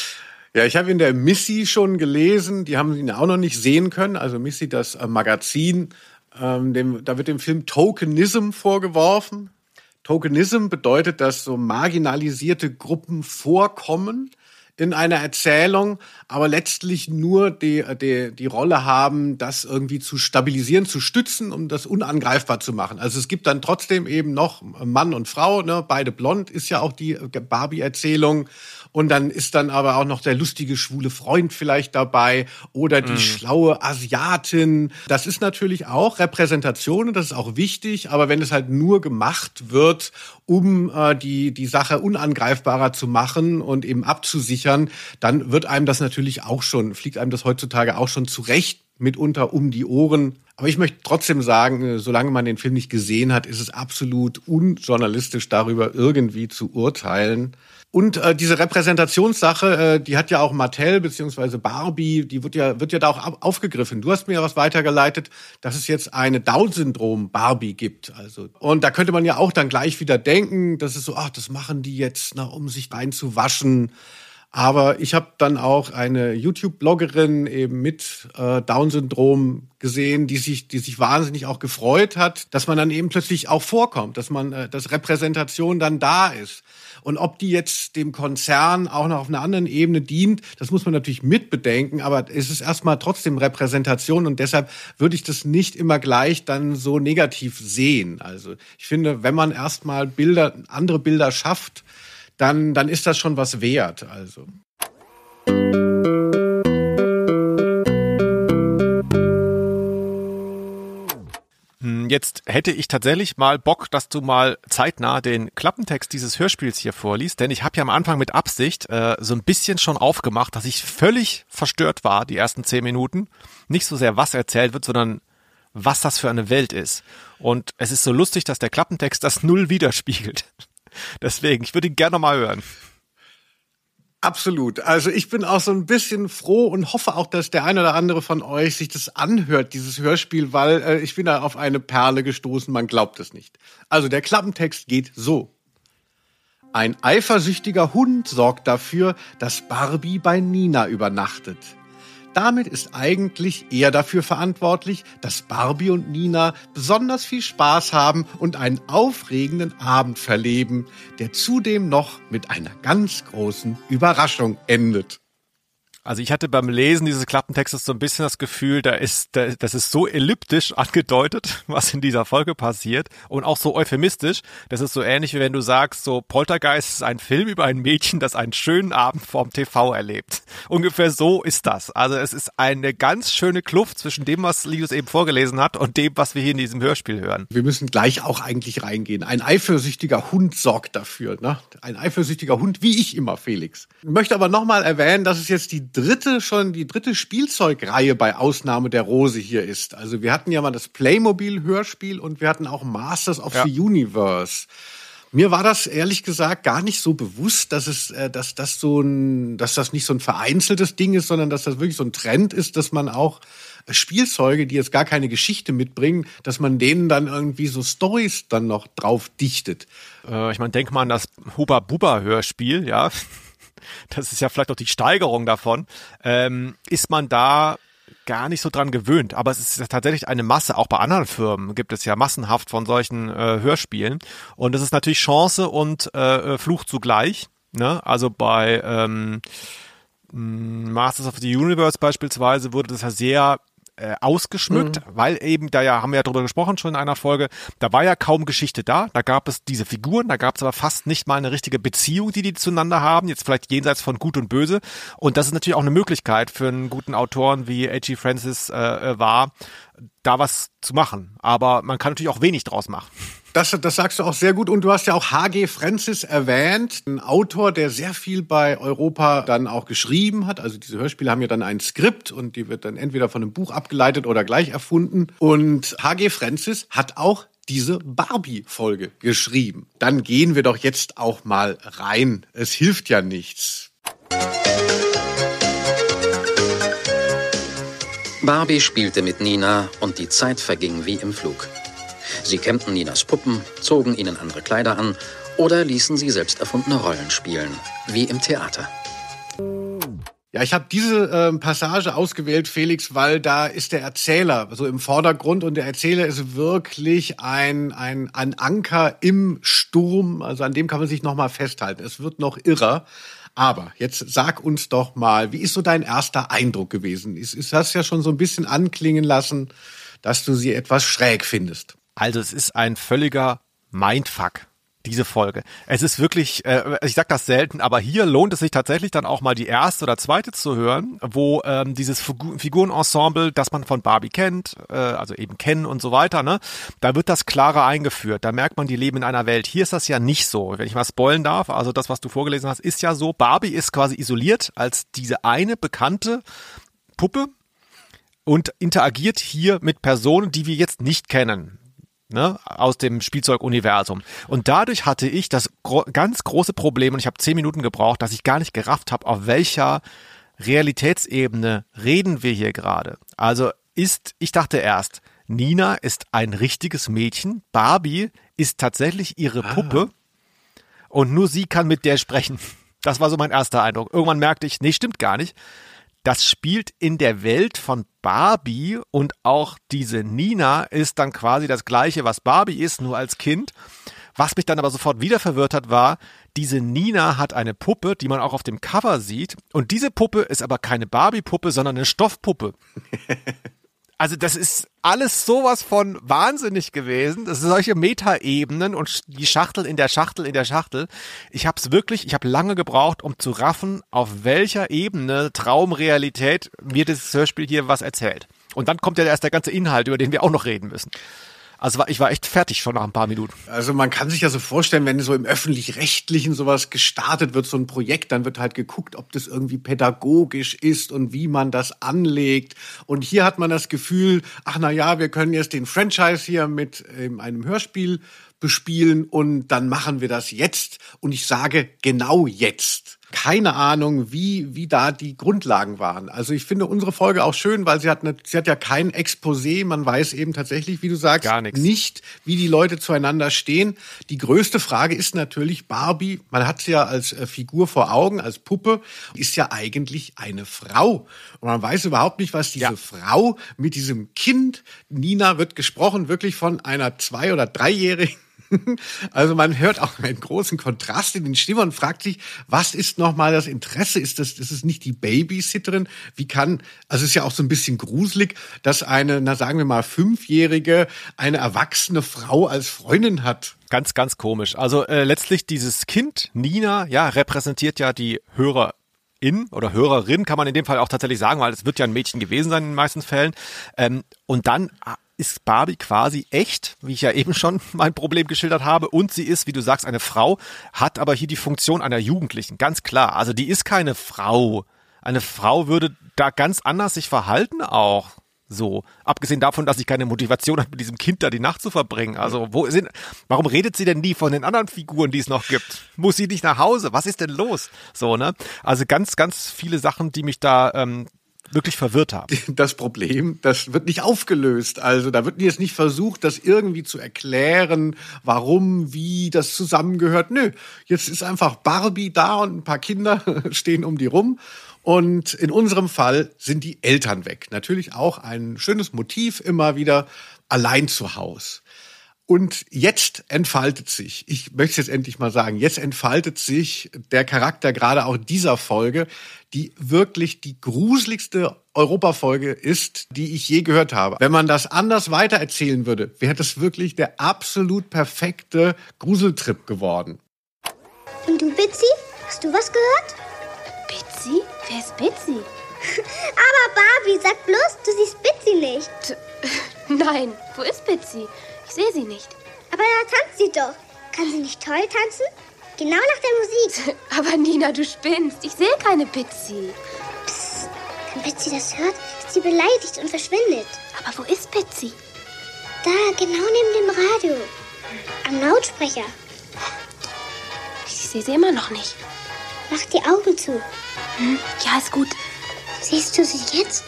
Ja, ich habe in der Missy schon gelesen, die haben ihn auch noch nicht sehen können. Also Missy, das äh, Magazin, ähm, dem, da wird dem Film Tokenism vorgeworfen. Tokenism bedeutet, dass so marginalisierte Gruppen vorkommen in einer Erzählung, aber letztlich nur die, die, die Rolle haben, das irgendwie zu stabilisieren, zu stützen, um das unangreifbar zu machen. Also es gibt dann trotzdem eben noch Mann und Frau, ne, beide blond, ist ja auch die Barbie-Erzählung. Und dann ist dann aber auch noch der lustige schwule Freund vielleicht dabei oder die mhm. schlaue Asiatin. Das ist natürlich auch Repräsentation und das ist auch wichtig. Aber wenn es halt nur gemacht wird, um äh, die die Sache unangreifbarer zu machen und eben abzusichern, dann wird einem das natürlich auch schon, fliegt einem das heutzutage auch schon zurecht mitunter um die Ohren. Aber ich möchte trotzdem sagen, solange man den Film nicht gesehen hat, ist es absolut unjournalistisch, darüber irgendwie zu urteilen. Und äh, diese Repräsentationssache, äh, die hat ja auch Mattel beziehungsweise Barbie, die wird ja wird ja da auch aufgegriffen. Du hast mir ja was weitergeleitet, dass es jetzt eine Down-Syndrom-Barbie gibt. Also und da könnte man ja auch dann gleich wieder denken, das ist so, ach, das machen die jetzt, na, um sich reinzuwaschen. Aber ich habe dann auch eine YouTube-Bloggerin eben mit äh, Down-Syndrom gesehen, die sich, die sich wahnsinnig auch gefreut hat, dass man dann eben plötzlich auch vorkommt, dass man, äh, dass Repräsentation dann da ist. Und ob die jetzt dem Konzern auch noch auf einer anderen Ebene dient, das muss man natürlich mitbedenken, aber es ist erstmal trotzdem Repräsentation und deshalb würde ich das nicht immer gleich dann so negativ sehen. Also ich finde, wenn man erstmal Bilder, andere Bilder schafft, dann, dann ist das schon was wert. Also. Jetzt hätte ich tatsächlich mal Bock, dass du mal zeitnah den Klappentext dieses Hörspiels hier vorliest, denn ich habe ja am Anfang mit Absicht äh, so ein bisschen schon aufgemacht, dass ich völlig verstört war, die ersten zehn Minuten. Nicht so sehr, was erzählt wird, sondern was das für eine Welt ist. Und es ist so lustig, dass der Klappentext das null widerspiegelt. Deswegen, ich würde ihn gerne mal hören. Absolut. Also ich bin auch so ein bisschen froh und hoffe auch, dass der ein oder andere von euch sich das anhört, dieses Hörspiel, weil äh, ich bin da auf eine Perle gestoßen, man glaubt es nicht. Also der Klappentext geht so. Ein eifersüchtiger Hund sorgt dafür, dass Barbie bei Nina übernachtet. Damit ist eigentlich er dafür verantwortlich, dass Barbie und Nina besonders viel Spaß haben und einen aufregenden Abend verleben, der zudem noch mit einer ganz großen Überraschung endet. Also ich hatte beim Lesen dieses Klappentextes so ein bisschen das Gefühl, da ist, da, das ist so elliptisch angedeutet, was in dieser Folge passiert und auch so euphemistisch. Das ist so ähnlich, wie wenn du sagst, so Poltergeist ist ein Film über ein Mädchen, das einen schönen Abend vorm T V erlebt. Ungefähr so ist das. Also es ist eine ganz schöne Kluft zwischen dem, was Linus eben vorgelesen hat und dem, was wir hier in diesem Hörspiel hören. Wir müssen gleich auch eigentlich reingehen. Ein eifersüchtiger Hund sorgt dafür, ne? Ein eifersüchtiger Hund, wie ich immer, Felix. Ich möchte aber nochmal erwähnen, dass es jetzt die dritte schon die dritte Spielzeugreihe bei Ausnahme der Rose hier ist. Also wir hatten ja mal das Playmobil-Hörspiel und wir hatten auch Masters of ja. the Universe. Mir war das ehrlich gesagt gar nicht so bewusst, dass es, äh, dass das so ein, dass das nicht so ein vereinzeltes Ding ist, sondern dass das wirklich so ein Trend ist, dass man auch Spielzeuge, die jetzt gar keine Geschichte mitbringen, dass man denen dann irgendwie so Storys dann noch drauf dichtet. Äh, ich meine, denk mal an das Huba-Buba-Hörspiel, ja. Das ist ja vielleicht auch die Steigerung davon, ähm, ist man da gar nicht so dran gewöhnt. Aber es ist ja tatsächlich eine Masse, auch bei anderen Firmen gibt es ja massenhaft von solchen äh, Hörspielen. Und das ist natürlich Chance und äh, Fluch zugleich. Ne? Also bei ähm, Masters of the Universe beispielsweise wurde das ja sehr äh, ausgeschmückt, mhm. weil eben, da ja, haben wir ja drüber gesprochen schon in einer Folge, da war ja kaum Geschichte da, da gab es diese Figuren, da gab es aber fast nicht mal eine richtige Beziehung, die die zueinander haben, jetzt vielleicht jenseits von Gut und Böse, und das ist natürlich auch eine Möglichkeit für einen guten Autoren wie H G Francis äh, war, da was zu machen, aber man kann natürlich auch wenig draus machen. Das, das sagst du auch sehr gut. Und du hast ja auch H G Francis erwähnt, ein Autor, der sehr viel bei Europa dann auch geschrieben hat. Also diese Hörspiele haben ja dann ein Skript und die wird dann entweder von einem Buch abgeleitet oder gleich erfunden. Und H G Francis hat auch diese Barbie-Folge geschrieben. Dann gehen wir doch jetzt auch mal rein. Es hilft ja nichts. Barbie spielte mit Nina und die Zeit verging wie im Flug. Sie kämmten Ninas Puppen, zogen ihnen andere Kleider an oder ließen sie selbst erfundene Rollen spielen, wie im Theater. Ja, ich habe diese äh, Passage ausgewählt, Felix, weil da ist der Erzähler so im Vordergrund und der Erzähler ist wirklich ein, ein, ein Anker im Sturm, also an dem kann man sich noch mal festhalten. Es wird noch irrer. Aber jetzt sag uns doch mal, wie ist so dein erster Eindruck gewesen? Ist, ist das ja schon so ein bisschen anklingen lassen, dass du sie etwas schräg findest? Also es ist ein völliger Mindfuck, diese Folge. Es ist wirklich, äh, ich sag das selten, aber hier lohnt es sich tatsächlich dann auch mal die erste oder zweite zu hören, wo ähm, dieses Figu- Figurenensemble, das man von Barbie kennt, äh, also eben kennen und so weiter, ne, da wird das klarer eingeführt. Da merkt man, die leben in einer Welt. Hier ist das ja nicht so. Wenn ich mal spoilen darf, also das, was du vorgelesen hast, ist ja so. Barbie ist quasi isoliert als diese eine bekannte Puppe und interagiert hier mit Personen, die wir jetzt nicht kennen. Ne, aus dem Spielzeuguniversum. Und dadurch hatte ich das gro- ganz große Problem, und ich habe zehn Minuten gebraucht, dass ich gar nicht gerafft habe, auf welcher Realitätsebene reden wir hier gerade. Also ist, ich dachte erst, Nina ist ein richtiges Mädchen, Barbie ist tatsächlich ihre Puppe ah. und nur sie kann mit der sprechen. Das war so mein erster Eindruck. Irgendwann merkte ich, nee, stimmt gar nicht. Das spielt in der Welt von Barbie und auch diese Nina ist dann quasi das Gleiche, was Barbie ist, nur als Kind. Was mich dann aber sofort wieder verwirrt hat, war, diese Nina hat eine Puppe, die man auch auf dem Cover sieht. Und diese Puppe ist aber keine Barbie-Puppe, sondern eine Stoffpuppe. Also das ist alles sowas von wahnsinnig gewesen. Das sind solche Metaebenen und die Schachtel in der Schachtel in der Schachtel. Ich habe es wirklich, ich habe lange gebraucht, um zu raffen, auf welcher Ebene Traumrealität mir das Hörspiel hier was erzählt. Und dann kommt ja erst der ganze Inhalt, über den wir auch noch reden müssen. Also ich war echt fertig schon nach ein paar Minuten. Also man kann sich ja so vorstellen, wenn so im Öffentlich-Rechtlichen sowas gestartet wird, so ein Projekt, dann wird halt geguckt, ob das irgendwie pädagogisch ist und wie man das anlegt. Und hier hat man das Gefühl, ach na ja, wir können jetzt den Franchise hier mit ähm, einem Hörspiel bespielen und dann machen wir das jetzt. Und ich sage genau jetzt. Keine Ahnung, wie wie da die Grundlagen waren. Also ich finde unsere Folge auch schön, weil sie hat eine, sie hat ja kein Exposé. Man weiß eben tatsächlich, wie du sagst, gar nichts. Nicht, wie die Leute zueinander stehen. Die größte Frage ist natürlich Barbie. Man hat sie ja als äh, Figur vor Augen, als Puppe, ist ja eigentlich eine Frau. Und man weiß überhaupt nicht, was diese ja. Frau mit diesem Kind, Nina wird gesprochen, wirklich von einer zwei- oder dreijährigen. Also man hört auch einen großen Kontrast in den Stimmen und fragt sich, was ist nochmal das Interesse? Ist das, ist es nicht die Babysitterin? Wie kann, also es ist ja auch so ein bisschen gruselig, dass eine, na sagen wir mal, Fünfjährige eine erwachsene Frau als Freundin hat. Ganz, ganz komisch. Also äh, letztlich dieses Kind, Nina, ja, repräsentiert ja die Hörerin oder Hörerin, kann man in dem Fall auch tatsächlich sagen, weil es wird ja ein Mädchen gewesen sein in den meisten Fällen. Ähm, und dann ist Barbie quasi echt, wie ich ja eben schon mein Problem geschildert habe, und sie ist, wie du sagst, eine Frau, hat aber hier die Funktion einer Jugendlichen, ganz klar. Also die ist keine Frau. Eine Frau würde da ganz anders sich verhalten auch. So, abgesehen davon, dass sie keine Motivation hat, mit diesem Kind da die Nacht zu verbringen. Also, wo sind, warum redet sie denn nie von den anderen Figuren, die es noch gibt? Muss sie nicht nach Hause? Was ist denn los? So, ne? Also ganz, ganz viele Sachen, die mich da ähm, wirklich verwirrt haben. Das Problem, das wird nicht aufgelöst. Also da wird jetzt nicht versucht, das irgendwie zu erklären, warum, wie das zusammengehört. Nö, jetzt ist einfach Barbie da und ein paar Kinder stehen um die rum. Und in unserem Fall sind die Eltern weg. Natürlich auch ein schönes Motiv immer wieder, allein zu Haus. Und jetzt entfaltet sich, ich möchte es jetzt endlich mal sagen, jetzt entfaltet sich der Charakter gerade auch dieser Folge, die wirklich die gruseligste Europafolge ist, die ich je gehört habe. Wenn man das anders weitererzählen würde, wäre das wirklich der absolut perfekte Gruseltrip geworden. Und du, Bitsy? Hast du was gehört? Bitsy? Wer ist Bitsy? Aber Barbie, sag bloß, du siehst Bitsy nicht. T- Nein, wo ist Bitsy? Ich sehe sie nicht. Aber da tanzt sie doch. Kann sie nicht toll tanzen? Genau nach der Musik. Aber Nina, du spinnst. Ich sehe keine Bitsy. Psst. Wenn Bitsy das hört, ist sie beleidigt und verschwindet. Aber wo ist Bitsy? Da, genau neben dem Radio. Am Lautsprecher. Ich sehe sie immer noch nicht. Mach die Augen zu. Hm, ja, ist gut. Siehst du sie jetzt?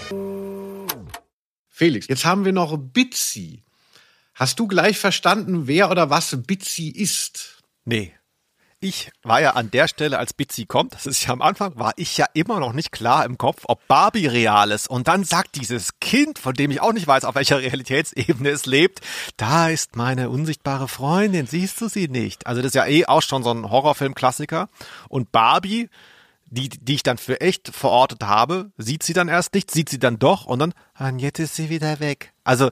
Felix, jetzt haben wir noch Bitsy. Hast du gleich verstanden, wer oder was Bitsy ist? Nee. Ich war ja an der Stelle, als Bitsy kommt, das ist ja am Anfang, war ich ja immer noch nicht klar im Kopf, ob Barbie real ist. Und dann sagt dieses Kind, von dem ich auch nicht weiß, auf welcher Realitätsebene es lebt, da ist meine unsichtbare Freundin, siehst du sie nicht? Also das ist ja eh auch schon so ein Horrorfilm-Klassiker. Und Barbie, die, die ich dann für echt verortet habe, sieht sie dann erst nicht, sieht sie dann doch und dann, und jetzt ist sie wieder weg. Also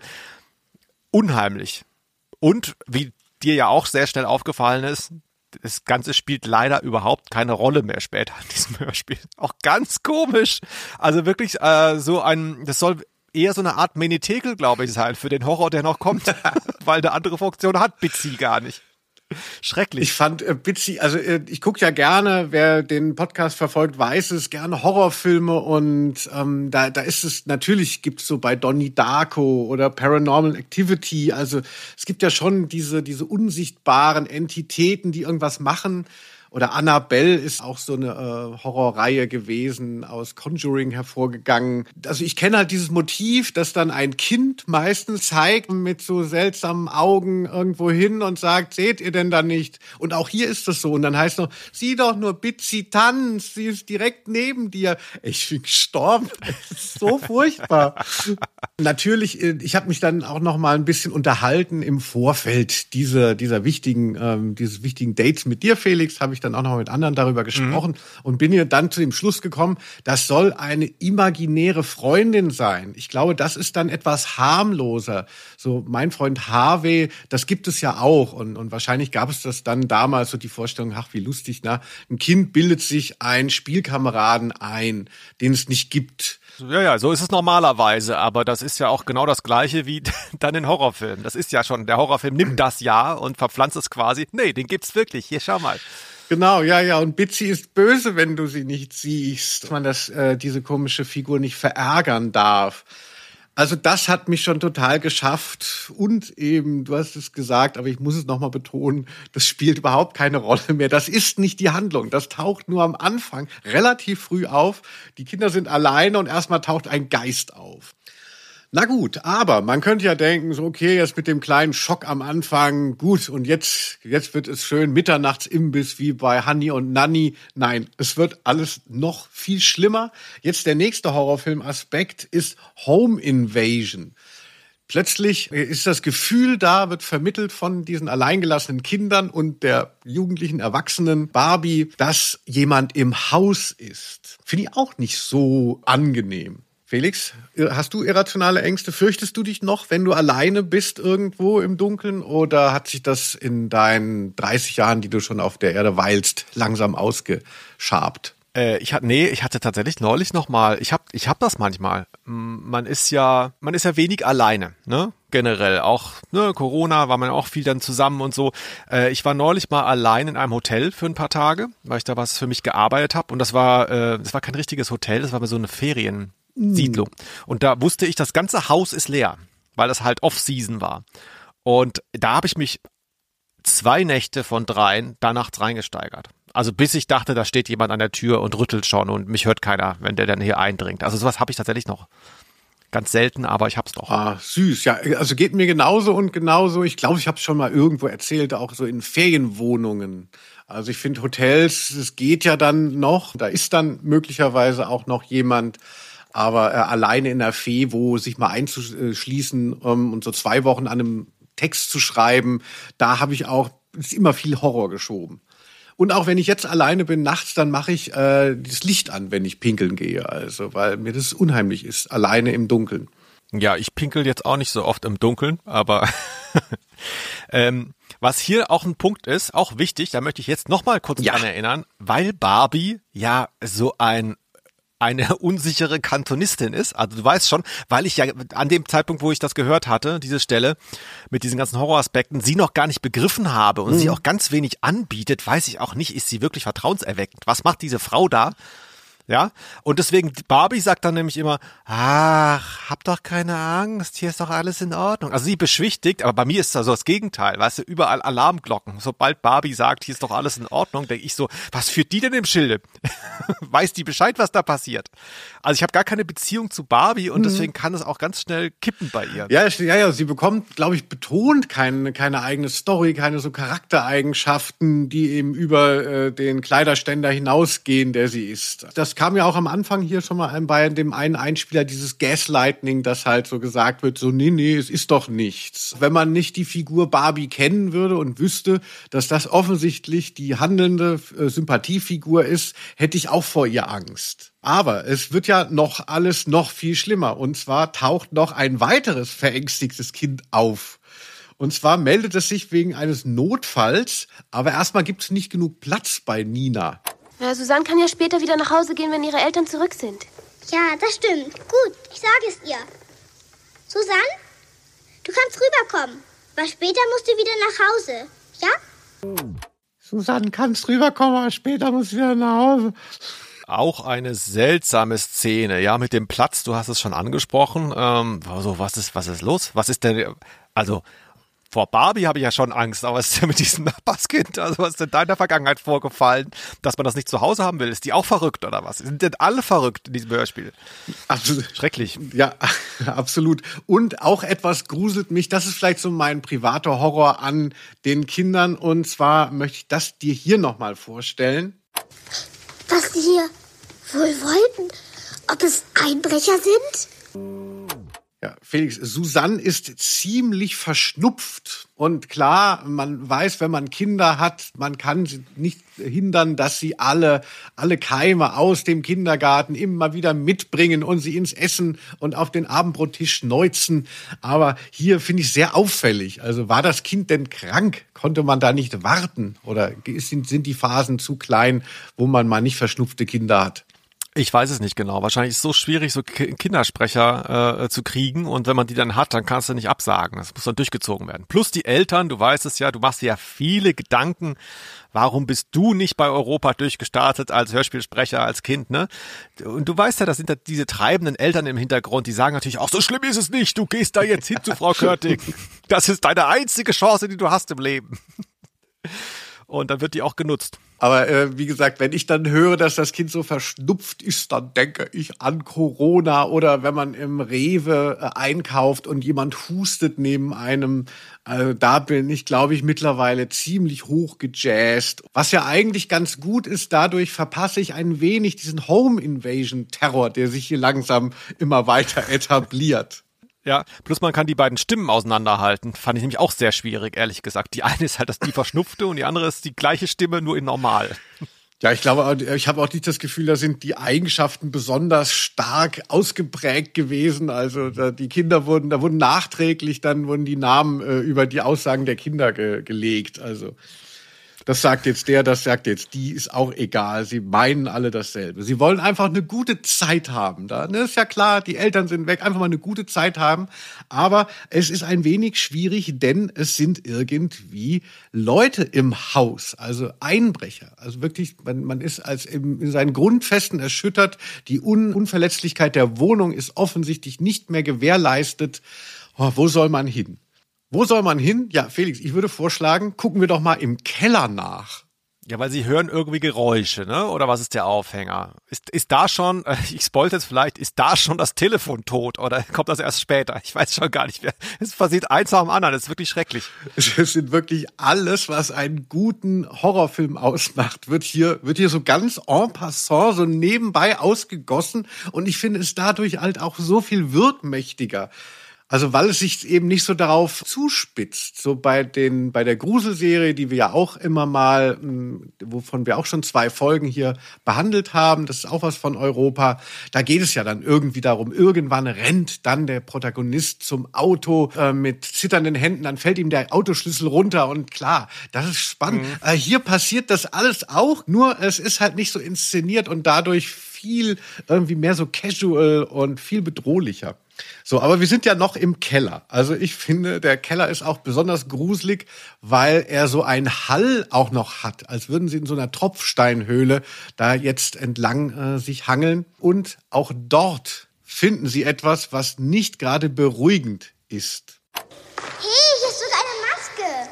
unheimlich. Und wie dir ja auch sehr schnell aufgefallen ist, das Ganze spielt leider überhaupt keine Rolle mehr später in diesem Hörspiel. Auch ganz komisch. Also wirklich äh, so ein, das soll eher so eine Art Menetekel, glaube ich, sein für den Horror, der noch kommt, weil eine andere Funktion hat Bitsy gar nicht. Schrecklich. Ich fand äh, Bitsy, also äh, ich gucke ja gerne, wer den Podcast verfolgt, weiß es, gerne Horrorfilme und ähm, da, da ist es, natürlich gibt's so bei Donnie Darko oder Paranormal Activity, also es gibt ja schon diese, diese unsichtbaren Entitäten, die irgendwas machen. Oder Annabelle ist auch so eine äh, Horrorreihe gewesen, aus Conjuring hervorgegangen. Also ich kenne halt dieses Motiv, dass dann ein Kind meistens zeigt mit so seltsamen Augen irgendwo hin und sagt, seht ihr denn da nicht? Und auch hier ist das so. Und dann heißt noch, sieh doch nur Bitsy tanzt, sie ist direkt neben dir. Ich bin gestorben. Das ist so furchtbar. Natürlich, ich habe mich dann auch noch mal ein bisschen unterhalten im Vorfeld dieser, dieser wichtigen, ähm, dieses wichtigen Dates mit dir, Felix, habe ich dann auch noch mit anderen darüber gesprochen mhm. und bin hier dann zu dem Schluss gekommen, das soll eine imaginäre Freundin sein. Ich glaube, das ist dann etwas harmloser. So mein Freund Harvey, das gibt es ja auch und, und wahrscheinlich gab es das dann damals so die Vorstellung, ach wie lustig, na, ein Kind bildet sich einen Spielkameraden ein, den es nicht gibt. Ja, ja, so ist es normalerweise, aber das ist ja auch genau das Gleiche wie dann in Horrorfilmen. Das ist ja schon, der Horrorfilm nimmt das ja und verpflanzt es quasi. Nee, den gibt's wirklich. Hier, schau mal. Genau, ja, ja. Und Bitsy ist böse, wenn du sie nicht siehst. Dass man das, äh, diese komische Figur nicht verärgern darf. Also das hat mich schon total geschafft. Und eben, du hast es gesagt, aber ich muss es nochmal betonen, das spielt überhaupt keine Rolle mehr. Das ist nicht die Handlung. Das taucht nur am Anfang relativ früh auf. Die Kinder sind alleine und erstmal taucht ein Geist auf. Na gut, aber man könnte ja denken, so okay, jetzt mit dem kleinen Schock am Anfang, gut, und jetzt jetzt wird es schön Mitternachtsimbiss wie bei Hanni und Nanni. Nein, es wird alles noch viel schlimmer. Jetzt der nächste Horrorfilm-Aspekt ist Home Invasion. Plötzlich ist das Gefühl da, wird vermittelt von diesen alleingelassenen Kindern und der jugendlichen Erwachsenen Barbie, dass jemand im Haus ist. Finde ich auch nicht so angenehm. Felix, hast du irrationale Ängste? Fürchtest du dich noch, wenn du alleine bist irgendwo im Dunkeln? Oder hat sich das in deinen dreißig Jahren, die du schon auf der Erde weilst, langsam ausgeschabt? Äh, ich hatte, nee, ich hatte tatsächlich neulich noch mal, ich hab, ich hab das manchmal. Man ist ja, man ist ja wenig alleine, ne? Generell. Auch, ne, Corona war man auch viel dann zusammen und so. Äh, ich war neulich mal allein in einem Hotel für ein paar Tage, weil ich da was für mich gearbeitet habe. Und das war, äh, das war kein richtiges Hotel, das war mal so eine Ferien. Siedlung. Und da wusste ich, das ganze Haus ist leer, weil das halt Off-Season war. Und da habe ich mich zwei Nächte von dreien da nachts reingesteigert. Also bis ich dachte, da steht jemand an der Tür und rüttelt schon und mich hört keiner, wenn der dann hier eindringt. Also sowas habe ich tatsächlich noch. Ganz selten, aber ich hab's doch. Ah, süß. Ja, also geht mir genauso und genauso. Ich glaube, ich habe es schon mal irgendwo erzählt, auch so in Ferienwohnungen. Also ich finde Hotels, es geht ja dann noch. Da ist dann möglicherweise auch noch jemand. Aber äh, alleine in der Fee, wo sich mal einzuschließen ähm, und so zwei Wochen an einem Text zu schreiben, da habe ich auch ist immer viel Horror geschoben. Und auch wenn ich jetzt alleine bin nachts, dann mache ich äh, das Licht an, wenn ich pinkeln gehe. Also, weil mir das unheimlich ist, alleine im Dunkeln. Ja, ich pinkel jetzt auch nicht so oft im Dunkeln, aber ähm, was hier auch ein Punkt ist, auch wichtig, da möchte ich jetzt noch mal kurz ja. dran erinnern, weil Barbie ja so ein eine unsichere Kantonistin ist. Also du weißt schon, weil ich ja an dem Zeitpunkt, wo ich das gehört hatte, diese Stelle mit diesen ganzen Horroraspekten, sie noch gar nicht begriffen habe und mhm. sie auch ganz wenig anbietet, weiß ich auch nicht, ist sie wirklich vertrauenserweckend. Was macht diese Frau da? Ja, und deswegen, Barbie sagt dann nämlich immer, ach, hab doch keine Angst, hier ist doch alles in Ordnung. Also sie beschwichtigt, aber bei mir ist da so das Gegenteil, weißt du, überall Alarmglocken. Sobald Barbie sagt, hier ist doch alles in Ordnung, denke ich so, was führt die denn im Schilde? Weiß die Bescheid, was da passiert? Also ich habe gar keine Beziehung zu Barbie und mhm. deswegen kann es auch ganz schnell kippen bei ihr. Ja, ja, ja, sie bekommt, glaube ich, betont keine, keine eigene Story, keine so Charaktereigenschaften, die eben über äh, den Kleiderständer hinausgehen, der sie ist. Das kam ja auch am Anfang hier schon mal bei dem einen Einspieler, dieses Gaslighting, das halt so gesagt wird, so nee, nee, es ist doch nichts. Wenn man nicht die Figur Barbie kennen würde und wüsste, dass das offensichtlich die handelnde äh, Sympathiefigur ist, hätte ich auch vor ihr Angst. Aber es wird ja noch alles noch viel schlimmer. Und zwar taucht noch ein weiteres verängstigtes Kind auf. Und zwar meldet es sich wegen eines Notfalls, aber erstmal gibt es nicht genug Platz bei Nina. Ja, Susanne kann ja später wieder nach Hause gehen, wenn ihre Eltern zurück sind. Ja, das stimmt. Gut, ich sage es ihr. Susanne, du kannst rüberkommen. Aber später musst du wieder nach Hause. Ja? Susanne, kannst rüberkommen, aber später musst du wieder nach Hause. Auch eine seltsame Szene, ja, mit dem Platz, du hast es schon angesprochen. Ähm, also, was ist, was ist los? Was ist denn, also, vor Barbie habe ich ja schon Angst, aber was ist denn mit diesem Nachbarskind? Also was ist denn da in der Vergangenheit vorgefallen, dass man das nicht zu Hause haben will? Ist die auch verrückt oder was? Sind denn alle verrückt in diesem Hörspiel? Absolut. Schrecklich. Ja, absolut. Und auch etwas gruselt mich, das ist vielleicht so mein privater Horror an den Kindern. Und zwar möchte ich das dir hier nochmal vorstellen. Was die hier wohl wollten? Ob es Einbrecher sind? Ja, Felix, Susanne ist ziemlich verschnupft. Und klar, man weiß, wenn man Kinder hat, man kann nicht hindern, dass sie alle, alle Keime aus dem Kindergarten immer wieder mitbringen und sie ins Essen und auf den Abendbrottisch schneuzen. Aber hier finde ich sehr auffällig. Also war das Kind denn krank? Konnte man da nicht warten? Oder sind, sind die Phasen zu klein, wo man mal nicht verschnupfte Kinder hat? Ich weiß es nicht genau. Wahrscheinlich ist es so schwierig, so Kindersprecher äh, zu kriegen. Und wenn man die dann hat, dann kannst du nicht absagen. Das muss dann durchgezogen werden. Plus die Eltern, du weißt es ja, du machst dir ja viele Gedanken. Warum bist du nicht bei Europa durchgestartet als Hörspielsprecher, als Kind, ne? Und du weißt ja, das sind da diese treibenden Eltern im Hintergrund, die sagen natürlich auch, so schlimm ist es nicht. Du gehst da jetzt hin zu Frau Körting. Das ist deine einzige Chance, die du hast im Leben. Und dann wird die auch genutzt. Aber äh, wie gesagt, wenn ich dann höre, dass das Kind so verschnupft ist, dann denke ich an Corona. Oder wenn man im Rewe äh, einkauft und jemand hustet neben einem, äh, da bin ich, glaube ich, mittlerweile ziemlich hoch gejazzt. Was ja eigentlich ganz gut ist, dadurch verpasse ich ein wenig diesen Home-Invasion-Terror, der sich hier langsam immer weiter etabliert. Ja, plus man kann die beiden Stimmen auseinanderhalten. Fand ich nämlich auch sehr schwierig, ehrlich gesagt. Die eine ist halt das die Verschnupfte und die andere ist die gleiche Stimme, nur in normal. Ja, ich glaube, ich habe auch nicht das Gefühl, da sind die Eigenschaften besonders stark ausgeprägt gewesen. Also da, die Kinder wurden, da wurden nachträglich, dann wurden die Namen äh, über die Aussagen der Kinder ge- gelegt. Also das sagt jetzt der, das sagt jetzt die, ist auch egal. Sie meinen alle dasselbe. Sie wollen einfach eine gute Zeit haben. Da, ne, ist ja klar, die Eltern sind weg, einfach mal eine gute Zeit haben. Aber es ist ein wenig schwierig, denn es sind irgendwie Leute im Haus, also Einbrecher. Also wirklich, man, man ist als in, in seinen Grundfesten erschüttert. Die Un- Unverletzlichkeit der Wohnung ist offensichtlich nicht mehr gewährleistet. Oh, wo soll man hin? Wo soll man hin? Ja, Felix, ich würde vorschlagen, gucken wir doch mal im Keller nach. Ja, weil sie hören irgendwie Geräusche, ne? Oder was ist der Aufhänger? Ist, ist da schon, ich spoilte jetzt vielleicht, ist da schon das Telefon tot oder kommt das erst später? Ich weiß schon gar nicht mehr. Es passiert eins nach dem anderen, das ist wirklich schrecklich. Es sind wirklich alles, was einen guten Horrorfilm ausmacht, wird hier, wird hier so ganz en passant, so nebenbei ausgegossen. Und ich finde es dadurch halt auch so viel wirkmächtiger. Also weil es sich eben nicht so darauf zuspitzt. So bei den bei der Gruselserie, die wir ja auch immer mal, wovon wir auch schon zwei Folgen hier behandelt haben, das ist auch was von Europa. Da geht es ja dann irgendwie darum, irgendwann rennt dann der Protagonist zum Auto äh, mit zitternden Händen, dann fällt ihm der Autoschlüssel runter und klar, das ist spannend. Mhm. Äh, hier passiert das alles auch, nur es ist halt nicht so inszeniert und dadurch viel irgendwie mehr so casual und viel bedrohlicher. So, aber wir sind ja noch im Keller. Also ich finde, der Keller ist auch besonders gruselig, weil er so einen Hall auch noch hat, als würden sie in so einer Tropfsteinhöhle da jetzt entlang äh, sich hangeln. Und auch dort finden sie etwas, was nicht gerade beruhigend ist. Hey, hier ist sogar eine Maske.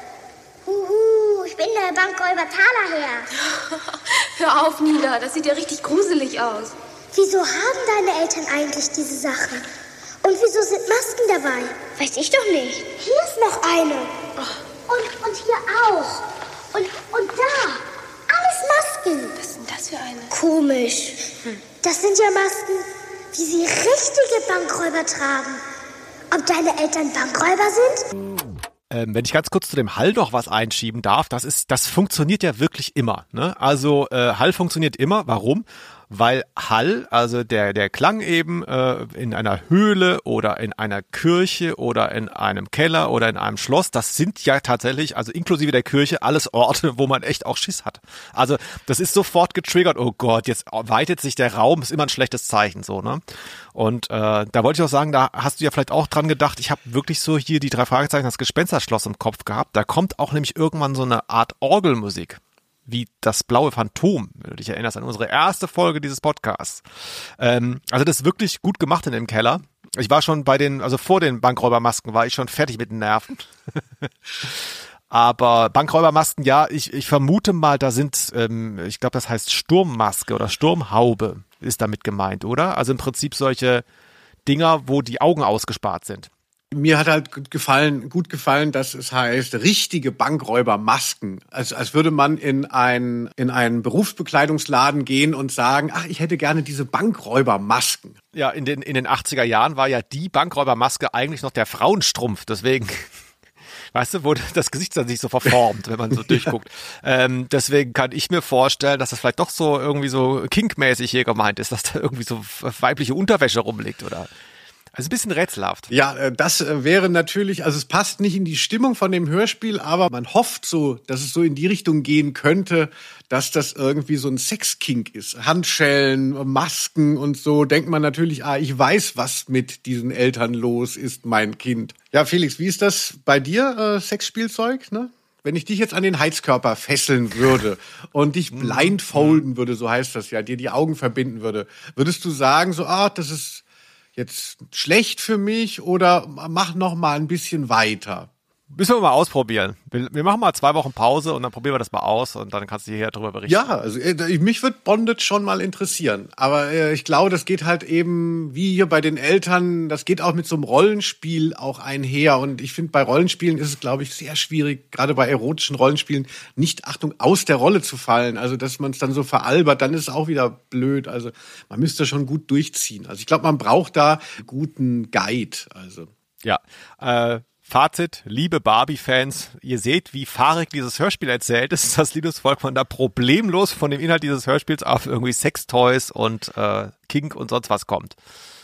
Huhu, ich bin der Bankräuber Thalerherr. Hör auf, Nina, das sieht ja richtig gruselig aus. Wieso haben deine Eltern eigentlich diese Sachen? Und wieso sind Masken dabei? Weiß ich doch nicht. Hier ist noch eine. Oh. Und, und hier auch. Und, und da. Alles Masken. Was ist denn das für eine? Komisch. Hm. Das sind ja Masken, wie sie richtige Bankräuber tragen. Ob deine Eltern Bankräuber sind? Ähm, wenn ich ganz kurz zu dem Hall noch was einschieben darf, das ist, das funktioniert ja wirklich immer. Ne? Also äh, Hall funktioniert immer. Warum? Weil Hall, also der der Klang eben äh, in einer Höhle oder in einer Kirche oder in einem Keller oder in einem Schloss, das sind ja tatsächlich, also inklusive der Kirche, alles Orte, wo man echt auch Schiss hat. Also das ist sofort getriggert, oh Gott, jetzt weitet sich der Raum, ist immer ein schlechtes Zeichen so, ne? Und äh, da wollte ich auch sagen, da hast du ja vielleicht auch dran gedacht, ich habe wirklich so hier die drei Fragezeichen, das Gespensterschloss im Kopf gehabt, da kommt auch nämlich irgendwann so eine Art Orgelmusik. Wie das blaue Phantom, wenn du dich erinnerst an unsere erste Folge dieses Podcasts. Ähm, also das ist wirklich gut gemacht in dem Keller. Ich war schon bei den, also vor den Bankräubermasken war ich schon fertig mit den Nerven. Aber Bankräubermasken, ja, ich, ich vermute mal, da sind, ähm, ich glaube, das heißt Sturmmaske oder Sturmhaube ist damit gemeint, oder? Also im Prinzip solche Dinger, wo die Augen ausgespart sind. Mir hat halt gut gefallen, gut gefallen, dass es heißt, richtige Bankräubermasken. Als, als würde man in einen, in einen Berufsbekleidungsladen gehen und sagen, ach, ich hätte gerne diese Bankräubermasken. Ja, in den, in den achtziger Jahren war ja die Bankräubermaske eigentlich noch der Frauenstrumpf. Deswegen, weißt du, wo das Gesicht dann sich so verformt, wenn man so durchguckt. Ja. Ähm, deswegen kann ich mir vorstellen, dass das vielleicht doch so irgendwie so kinkmäßig hier gemeint ist, dass da irgendwie so weibliche Unterwäsche rumliegt, oder? Also ein bisschen rätselhaft. Ja, das wäre natürlich, also es passt nicht in die Stimmung von dem Hörspiel, aber man hofft so, dass es so in die Richtung gehen könnte, dass das irgendwie so ein Sexkink ist. Handschellen, Masken und so, denkt man natürlich, ah, ich weiß, was mit diesen Eltern los ist, mein Kind. Ja, Felix, wie ist das bei dir, äh, Sexspielzeug, ne? Wenn ich dich jetzt an den Heizkörper fesseln würde und dich blindfolden würde, so heißt das ja, dir die Augen verbinden würde, würdest du sagen, so, ah, das ist jetzt schlecht für mich oder mach noch mal ein bisschen weiter? Müssen wir mal ausprobieren. Wir, wir machen mal zwei Wochen Pause und dann probieren wir das mal aus und dann kannst du hier drüber berichten. Ja, also äh, mich würde Bondage schon mal interessieren. Aber äh, ich glaube, das geht halt eben, wie hier bei den Eltern, das geht auch mit so einem Rollenspiel auch einher. Und ich finde, bei Rollenspielen ist es, glaube ich, sehr schwierig, gerade bei erotischen Rollenspielen, nicht, Achtung, aus der Rolle zu fallen. Also, dass man es dann so veralbert, dann ist es auch wieder blöd. Also, man müsste schon gut durchziehen. Also, ich glaube, man braucht da einen guten Guide. Also. Ja, äh, Fazit, liebe Barbie-Fans, ihr seht, wie fahrig dieses Hörspiel erzählt ist, dass Linus Volkmann da problemlos von dem Inhalt dieses Hörspiels auf irgendwie Sextoys und äh, Kink und sonst was kommt.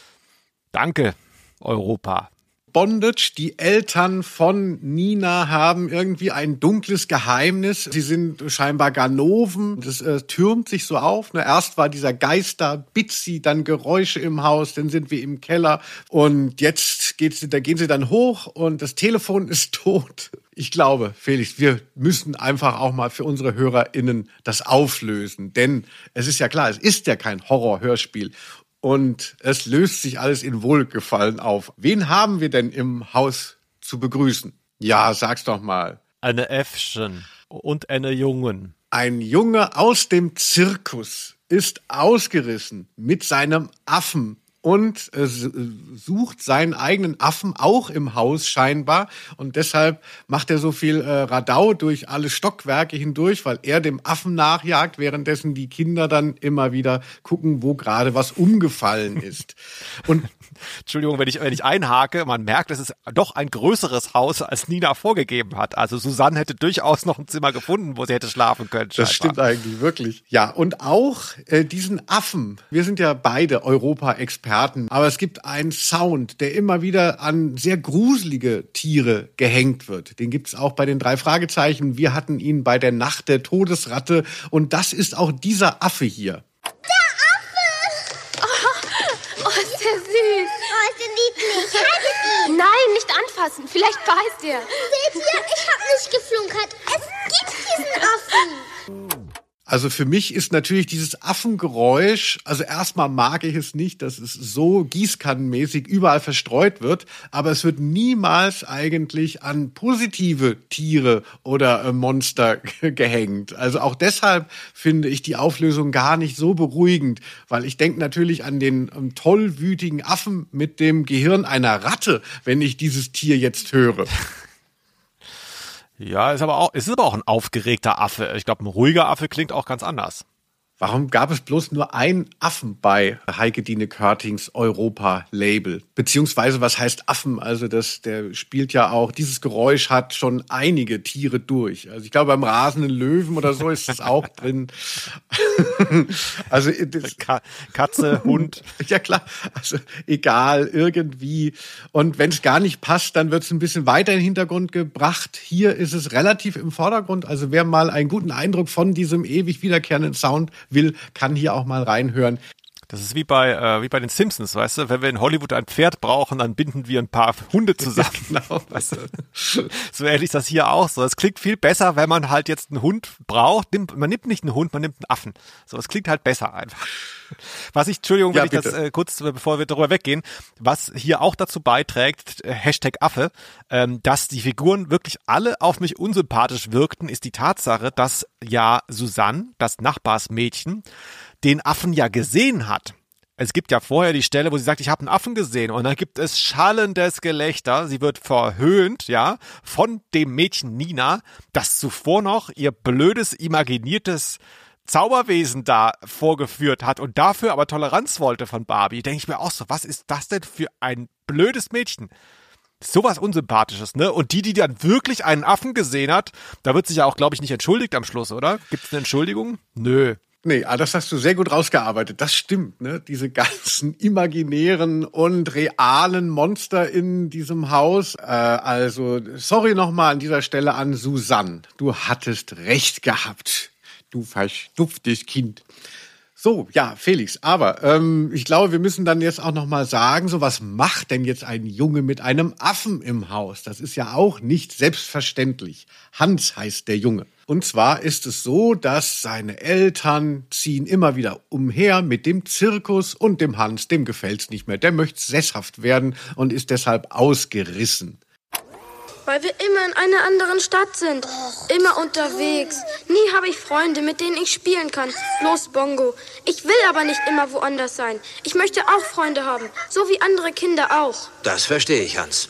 Danke, Europa. Bondage, die Eltern von Nina haben irgendwie ein dunkles Geheimnis. Sie sind scheinbar Ganoven. Das äh, türmt sich so auf. Ne? Erst war dieser Geister, Bitsy, dann Geräusche im Haus, dann sind wir im Keller. Und jetzt geht's, da gehen sie dann hoch und das Telefon ist tot. Ich glaube, Felix, wir müssen einfach auch mal für unsere HörerInnen das auflösen. Denn es ist ja klar, es ist ja kein Horror-Hörspiel. Und es löst sich alles in Wohlgefallen auf. Wen haben wir denn im Haus zu begrüßen? Ja, sag's doch mal. Eine Äffchen und eine Jungen. Ein Junge aus dem Zirkus ist ausgerissen mit seinem Affen und äh, sucht seinen eigenen Affen auch im Haus scheinbar. Und deshalb macht er so viel äh, Radau durch alle Stockwerke hindurch, weil er dem Affen nachjagt, währenddessen die Kinder dann immer wieder gucken, wo gerade was umgefallen ist. Und Entschuldigung, wenn ich, wenn ich einhake, man merkt, es ist doch ein größeres Haus, als Nina vorgegeben hat. Also Susanne hätte durchaus noch ein Zimmer gefunden, wo sie hätte schlafen können. Das stimmt eigentlich, wirklich. Ja, und auch äh, diesen Affen. Wir sind ja beide Europa-Experten, aber es gibt einen Sound, der immer wieder an sehr gruselige Tiere gehängt wird. Den gibt es auch bei den drei Fragezeichen. Wir hatten ihn bei der Nacht der Todesratte und das ist auch dieser Affe hier. Nein, nicht anfassen. Vielleicht beißt er. Seht ihr, ich hab nicht geflunkert. Es gibt diesen Affen. Also für mich ist natürlich dieses Affengeräusch, also erstmal mag ich es nicht, dass es so gießkannenmäßig überall verstreut wird, aber es wird niemals eigentlich an positive Tiere oder äh, Monster gehängt. Also auch deshalb finde ich die Auflösung gar nicht so beruhigend, weil ich denke natürlich an den ähm, tollwütigen Affen mit dem Gehirn einer Ratte, wenn ich dieses Tier jetzt höre. Ja, ist aber auch, es ist aber auch ein aufgeregter Affe. Ich glaube, ein ruhiger Affe klingt auch ganz anders. Warum gab es bloß nur einen Affen bei Heike Dine Körtings Europa-Label? Beziehungsweise, was heißt Affen? Also das, der spielt ja auch, dieses Geräusch hat schon einige Tiere durch. Also ich glaube, beim rasenden Löwen oder so ist das auch drin. Also das, Ka- Katze, Hund. Ja klar, also egal, irgendwie. Und wenn es gar nicht passt, dann wird es ein bisschen weiter in den Hintergrund gebracht. Hier ist es relativ im Vordergrund. Also wer mal einen guten Eindruck von diesem ewig wiederkehrenden Sound will, kann hier auch mal reinhören. Das ist wie bei äh, wie bei den Simpsons, weißt du? Wenn wir in Hollywood ein Pferd brauchen, dann binden wir ein paar Hunde zusammen. Ja, genau. Weißt du? So ähnlich ist das hier auch so. Es klingt viel besser, wenn man halt jetzt einen Hund braucht. Nimmt, man nimmt nicht einen Hund, man nimmt einen Affen. So, es klingt halt besser einfach. Was ich, Entschuldigung, wenn Ja, ich das äh, kurz, bevor wir darüber weggehen, was hier auch dazu beiträgt, äh, Hashtag Affe, ähm, dass die Figuren wirklich alle auf mich unsympathisch wirkten, ist die Tatsache, dass ja Susanne, das Nachbarsmädchen, den Affen ja gesehen hat. Es gibt ja vorher die Stelle, wo sie sagt, ich habe einen Affen gesehen, und dann gibt es schallendes Gelächter. Sie wird verhöhnt, ja, von dem Mädchen Nina, das zuvor noch ihr blödes, imaginiertes Zauberwesen da vorgeführt hat und dafür aber Toleranz wollte von Barbie. Denke ich mir auch so, was ist das denn für ein blödes Mädchen? Sowas Unsympathisches, ne? Und die, die dann wirklich einen Affen gesehen hat, da wird sich ja auch, glaube ich, nicht entschuldigt am Schluss, oder? Gibt es eine Entschuldigung? Nö. Nee, das hast du sehr gut rausgearbeitet. Das stimmt, ne? Diese ganzen imaginären und realen Monster in diesem Haus. Äh, also, sorry nochmal an dieser Stelle an Susanne. Du hattest recht gehabt. Du verstupftes Kind. So, ja, Felix, aber ähm, ich glaube, wir müssen dann jetzt auch noch mal sagen, so was macht denn jetzt ein Junge mit einem Affen im Haus? Das ist ja auch nicht selbstverständlich. Hans heißt der Junge. Und zwar ist es so, dass seine Eltern ziehen immer wieder umher mit dem Zirkus und dem Hans, dem gefällt's nicht mehr. Der möchte sesshaft werden und ist deshalb ausgerissen. Weil wir immer in einer anderen Stadt sind. Immer unterwegs. Nie habe ich Freunde, mit denen ich spielen kann. Bloß Bongo. Ich will aber nicht immer woanders sein. Ich möchte auch Freunde haben. So wie andere Kinder auch. Das verstehe ich, Hans.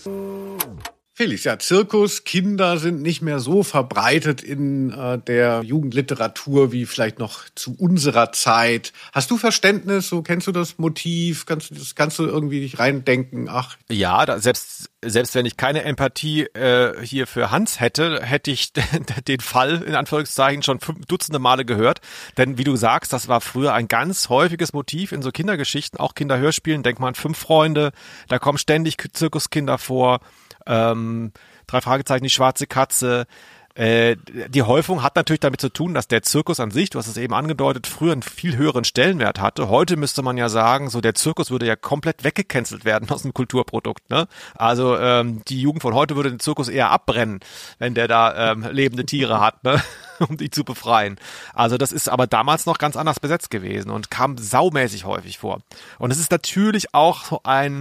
Felix, ja, Zirkus, Kinder sind nicht mehr so verbreitet in äh, der Jugendliteratur wie vielleicht noch zu unserer Zeit. Hast du Verständnis? So, kennst du das Motiv? Kannst du das kannst du irgendwie dich reindenken? Ach, Ja, da, selbst selbst wenn ich keine Empathie äh, hier für Hans hätte, hätte ich den Fall in Anführungszeichen schon fünf Dutzende Male gehört. Denn wie du sagst, das war früher ein ganz häufiges Motiv in so Kindergeschichten, auch Kinderhörspielen. Denk mal an Fünf Freunde, da kommen ständig Zirkuskinder vor. Ähm, drei Fragezeichen, die schwarze Katze. Äh, die Häufung hat natürlich damit zu tun, dass der Zirkus an sich, du hast es eben angedeutet, früher einen viel höheren Stellenwert hatte. Heute müsste man ja sagen, so der Zirkus würde ja komplett weggecancelt werden aus dem Kulturprodukt, ne? Also ähm, die Jugend von heute würde den Zirkus eher abbrennen, wenn der da ähm, lebende Tiere hat, ne? Um die zu befreien. Also das ist aber damals noch ganz anders besetzt gewesen und kam saumäßig häufig vor. Und es ist natürlich auch so ein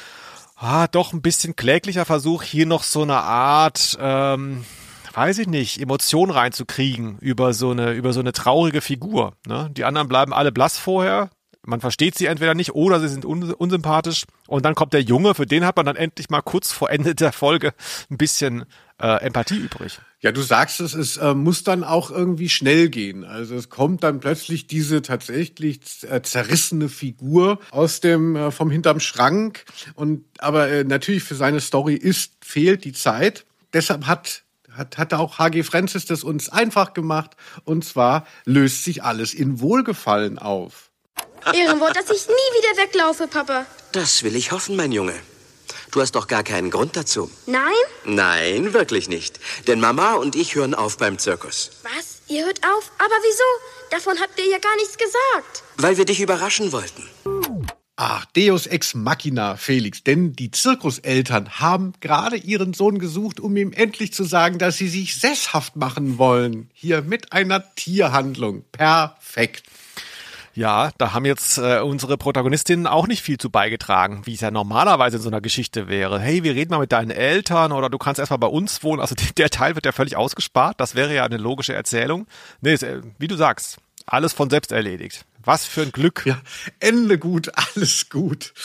Ah, doch ein bisschen kläglicher Versuch, hier noch so eine Art, ähm, weiß ich nicht, Emotion reinzukriegen über so eine über so eine traurige Figur. Ne? Die anderen bleiben alle blass vorher. man versteht sie entweder nicht oder sie sind un- unsympathisch. Und dann kommt der Junge, für den hat man dann endlich mal kurz vor Ende der Folge ein bisschen äh, Empathie übrig. Ja, du sagst es, es äh, muss dann auch irgendwie schnell gehen. Also es kommt dann plötzlich diese tatsächlich äh, zerrissene Figur aus dem äh, vom hinterm Schrank. Und aber äh, natürlich für seine Story ist fehlt die Zeit. Deshalb hat hat hat auch H G Francis das uns einfach gemacht. Und zwar löst sich alles in Wohlgefallen auf. Ehrenwort, dass ich nie wieder weglaufe, Papa. Das will ich hoffen, mein Junge. Du hast doch gar keinen Grund dazu. Nein? Nein, wirklich nicht. Denn Mama und ich hören auf beim Zirkus. Was? Ihr hört auf? Aber wieso? Davon habt ihr ja gar nichts gesagt. Weil wir dich überraschen wollten. Ach, Deus ex machina, Felix. Denn die Zirkuseltern haben gerade ihren Sohn gesucht, um ihm endlich zu sagen, dass sie sich sesshaft machen wollen. Hier mit einer Tierhandlung. Perfekt. Ja, da haben jetzt äh, unsere Protagonistinnen auch nicht viel zu beigetragen, wie es ja normalerweise in so einer Geschichte wäre. Hey, wir reden mal mit deinen Eltern oder du kannst erstmal bei uns wohnen. Also der Teil wird ja völlig ausgespart. Das wäre ja eine logische Erzählung. Nee, ist, wie du sagst, alles von selbst erledigt. Was für ein Glück. Ja, Ende gut, alles gut.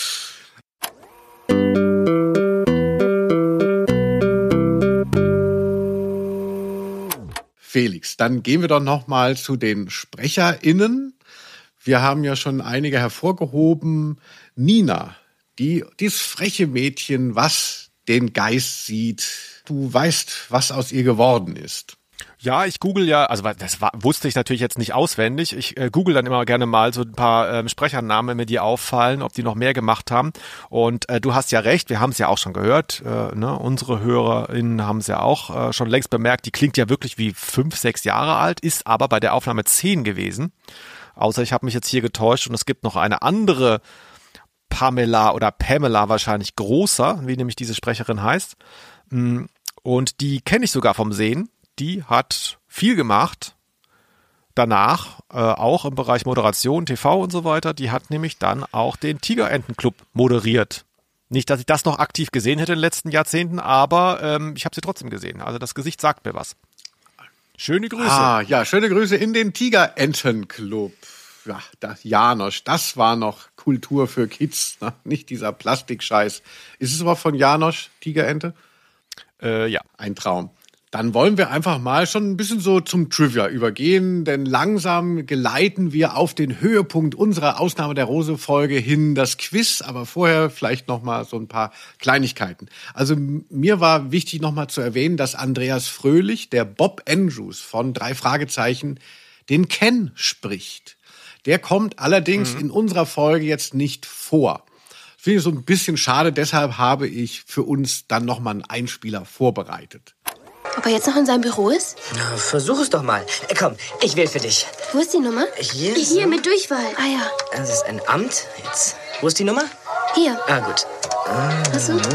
Felix, dann gehen wir doch noch mal zu den SprecherInnen. Wir haben ja schon einige hervorgehoben. Nina, die, dieses freche Mädchen, was den Geist sieht. Du weißt, was aus ihr geworden ist. Ja, ich google ja, also das war, wusste ich natürlich jetzt nicht auswendig. Ich äh, google dann immer gerne mal so ein paar ähm, Sprechernamen, wenn mir die auffallen, ob die noch mehr gemacht haben. Und äh, du hast ja recht, wir haben es ja auch schon gehört. Äh, ne? Unsere HörerInnen haben es ja auch äh, schon längst bemerkt. Die klingt ja wirklich wie fünf, sechs Jahre alt, ist aber bei der Aufnahme zehn gewesen. Außer ich habe mich jetzt hier getäuscht und es gibt noch eine andere Pamela oder Pamela wahrscheinlich Großer, wie nämlich diese Sprecherin heißt. Und die kenne ich sogar vom Sehen. Die hat viel gemacht. Danach äh, auch im Bereich Moderation, T V und so weiter. Die hat nämlich dann auch den Tigerentenclub moderiert. Nicht, dass ich das noch aktiv gesehen hätte in den letzten Jahrzehnten, aber ähm, ich habe sie trotzdem gesehen. Also das Gesicht sagt mir was. Schöne Grüße. Ah, ja, schöne Grüße in den Tigerentenclub. Ja, das Janosch, das war noch Kultur für Kids, ne? Nicht dieser Plastikscheiß. Ist es aber von Janosch, Tigerente? Äh, ja. Ein Traum. Dann wollen wir einfach mal schon ein bisschen so zum Trivia übergehen, denn langsam geleiten wir auf den Höhepunkt unserer Ausnahme der Rose-Folge hin, das Quiz, aber vorher vielleicht noch mal so ein paar Kleinigkeiten. Also mir war wichtig noch mal zu erwähnen, dass Andreas Fröhlich, der Bob Andrews von drei Fragezeichen, den Ken spricht. Der kommt allerdings mhm. in unserer Folge jetzt nicht vor. Das finde ich so ein bisschen schade, deshalb habe ich für uns dann noch mal einen Einspieler vorbereitet. Ob er jetzt noch in seinem Büro ist? Na, versuch es doch mal. Komm, ich wähle für dich. Wo ist die Nummer? Hier? Hier, so. mit Durchwahl. Ah ja. Das ist ein Amt. Jetzt. Wo ist die Nummer? Hier. Ah, gut. Hast du?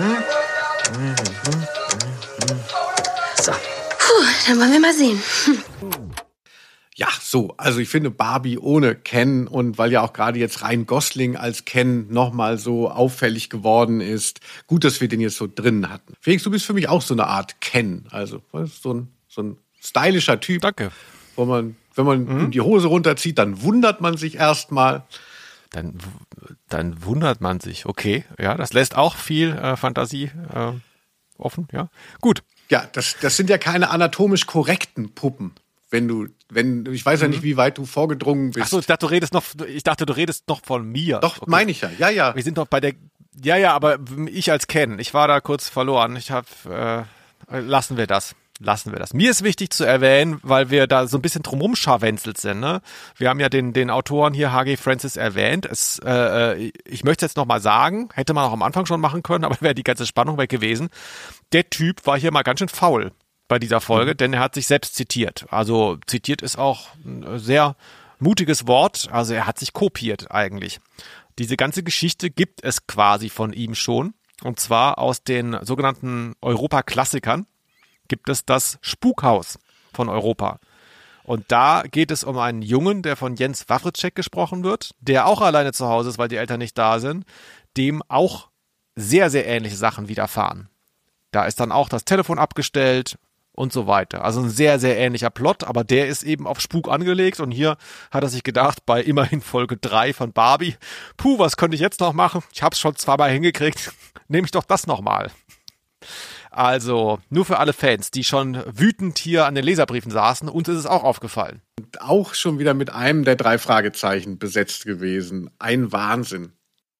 So. Puh, dann wollen wir mal sehen. Hm. Ja, so, also ich finde Barbie ohne Ken und weil ja auch gerade jetzt Ryan Gosling als Ken nochmal so auffällig geworden ist, gut, dass wir den jetzt so drin hatten. Felix, du bist für mich auch so eine Art Ken, also so ein, so ein stylischer Typ. Danke. Wo man, wenn man mhm. die Hose runterzieht, dann wundert man sich erstmal. Dann, dann wundert man sich, okay, ja, das lässt auch viel äh, Fantasie äh, offen, ja, gut. Ja, das, das sind ja keine anatomisch korrekten Puppen. Wenn du, wenn, ich weiß ja nicht, wie weit du vorgedrungen bist. Ach so, ich dachte, du redest noch, ich dachte, du redest noch von mir. Doch, okay. Meine ich ja, ja, ja. Wir sind noch bei der, ja, ja, aber ich als Ken, ich war da kurz verloren. Ich habe, äh, lassen wir das, lassen wir das. Mir ist wichtig zu erwähnen, weil wir da so ein bisschen drumherum scharwenzelt sind, ne? Wir haben ja den, den Autoren hier, H G Francis, erwähnt. Es, äh, ich möchte es jetzt nochmal sagen, hätte man auch am Anfang schon machen können, aber wäre die ganze Spannung weg gewesen. Der Typ war hier mal ganz schön faul bei dieser Folge, mhm. denn er hat sich selbst zitiert. Also zitiert ist auch ein sehr mutiges Wort, also er hat sich kopiert eigentlich. Diese ganze Geschichte gibt es quasi von ihm schon, und zwar aus den sogenannten Europa-Klassikern gibt es das Spukhaus von Europa. Und da geht es um einen Jungen, der von Jens Wawrczeck gesprochen wird, der auch alleine zu Hause ist, weil die Eltern nicht da sind, dem auch sehr, sehr ähnliche Sachen widerfahren. Da ist dann auch das Telefon abgestellt, und so weiter. Also ein sehr, sehr ähnlicher Plot, aber der ist eben auf Spuk angelegt und hier hat er sich gedacht, bei immerhin Folge drei von Barbie, puh, was könnte ich jetzt noch machen? Ich hab's schon zweimal hingekriegt, nehme ich doch das nochmal. Also nur für alle Fans, die schon wütend hier an den Leserbriefen saßen, uns ist es auch aufgefallen. Und auch schon wieder mit einem der drei Fragezeichen besetzt gewesen. Ein Wahnsinn.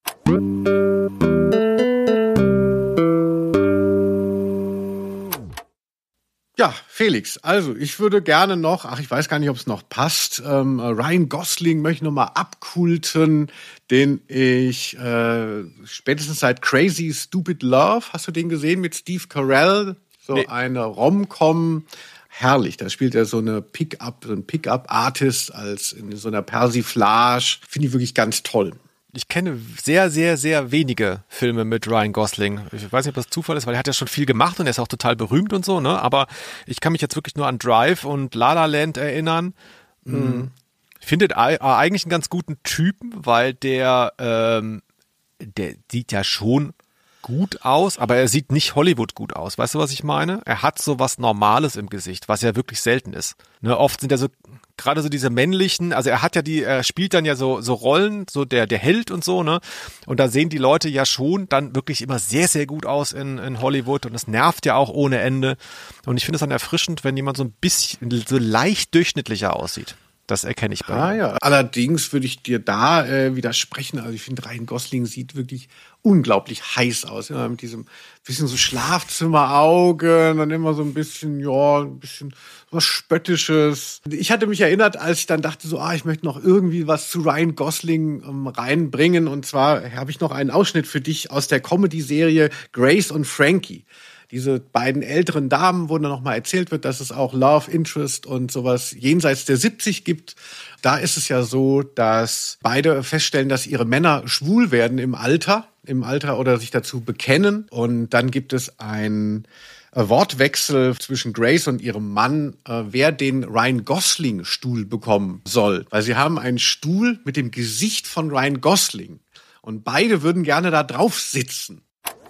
Ja, Felix, also ich würde gerne noch, ach, ich weiß gar nicht, ob es noch passt, ähm, Ryan Gosling möchte ich noch mal abkulten, den ich äh, spätestens seit Crazy Stupid Love, hast du den gesehen mit Steve Carell? So nee. Eine Rom-Com, herrlich, da spielt er so eine Pick-up, so ein Pick-up-Artist als in so einer Persiflage, finde ich wirklich ganz toll. Ich kenne sehr, sehr, sehr wenige Filme mit Ryan Gosling. Ich weiß nicht, ob das Zufall ist, weil er hat ja schon viel gemacht und er ist auch total berühmt und so, ne? Aber ich kann mich jetzt wirklich nur an Drive und La La Land erinnern. Mhm. Findet eigentlich einen ganz guten Typen, weil der, ähm, der sieht ja schon gut aus, aber er sieht nicht Hollywood gut aus. Weißt du, was ich meine? Er hat so was Normales im Gesicht, was ja wirklich selten ist. Ne, oft sind ja so, gerade so diese männlichen, also er hat ja die, er spielt dann ja so, so Rollen, so der, der Held und so, ne? Und da sehen die Leute ja schon dann wirklich immer sehr, sehr gut aus in, in Hollywood und das nervt ja auch ohne Ende. Und ich finde es dann erfrischend, wenn jemand so ein bisschen, so leicht durchschnittlicher aussieht. Das erkenne ich bei ah, ja. Allerdings würde ich dir da äh, widersprechen. Also ich finde, Ryan Gosling sieht wirklich unglaublich heiß aus. Immer mit diesem bisschen so Schlafzimmeraugen, dann immer so ein bisschen, ja, ein bisschen was Spöttisches. Ich hatte mich erinnert, als ich dann dachte so, ah, ich möchte noch irgendwie was zu Ryan Gosling ähm, reinbringen. Und zwar habe ich noch einen Ausschnitt für dich aus der Comedy-Serie Grace und Frankie. Diese beiden älteren Damen, wo dann nochmal erzählt wird, dass es auch Love Interest und sowas jenseits der siebzig gibt. Da ist es ja so, dass beide feststellen, dass ihre Männer schwul werden im Alter, im Alter oder sich dazu bekennen. Und dann gibt es einen Wortwechsel zwischen Grace und ihrem Mann, äh, wer den Ryan Gosling-Stuhl bekommen soll. Weil sie haben einen Stuhl mit dem Gesicht von Ryan Gosling. Und beide würden gerne da drauf sitzen.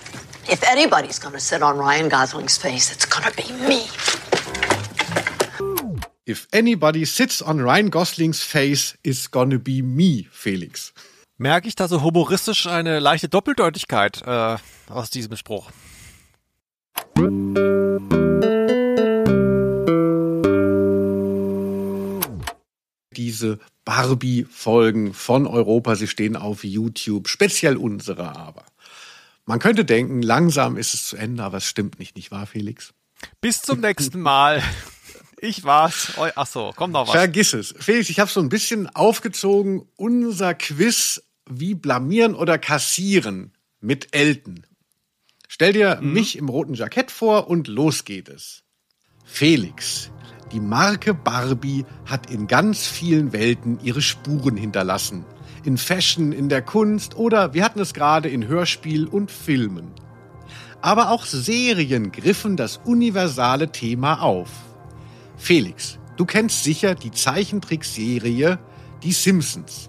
If anybody's gonna sit on Ryan Gosling's face, it's gonna be me. If anybody sits on Ryan Gosling's face, it's gonna be me, Felix. Merke ich da so humoristisch eine leichte Doppeldeutigkeit äh, aus diesem Spruch? Diese Barbie-Folgen von Europa, sie stehen auf YouTube, speziell unsere aber. Man könnte denken, langsam ist es zu Ende, aber es stimmt nicht, nicht wahr, Felix? Bis zum nächsten Mal. Ich war's. Ach so, kommt noch was. Vergiss es. Felix, ich habe so ein bisschen aufgezogen, unser Quiz, wie blamieren oder kassieren mit Elton. Stell dir mhm. mich im roten Jackett vor und los geht es. Felix, die Marke Barbie hat in ganz vielen Welten ihre Spuren hinterlassen. In Fashion, in der Kunst oder, wir hatten es gerade, in Hörspiel und Filmen. Aber auch Serien griffen das universale Thema auf. Felix, du kennst sicher die Zeichentrickserie Die Simpsons.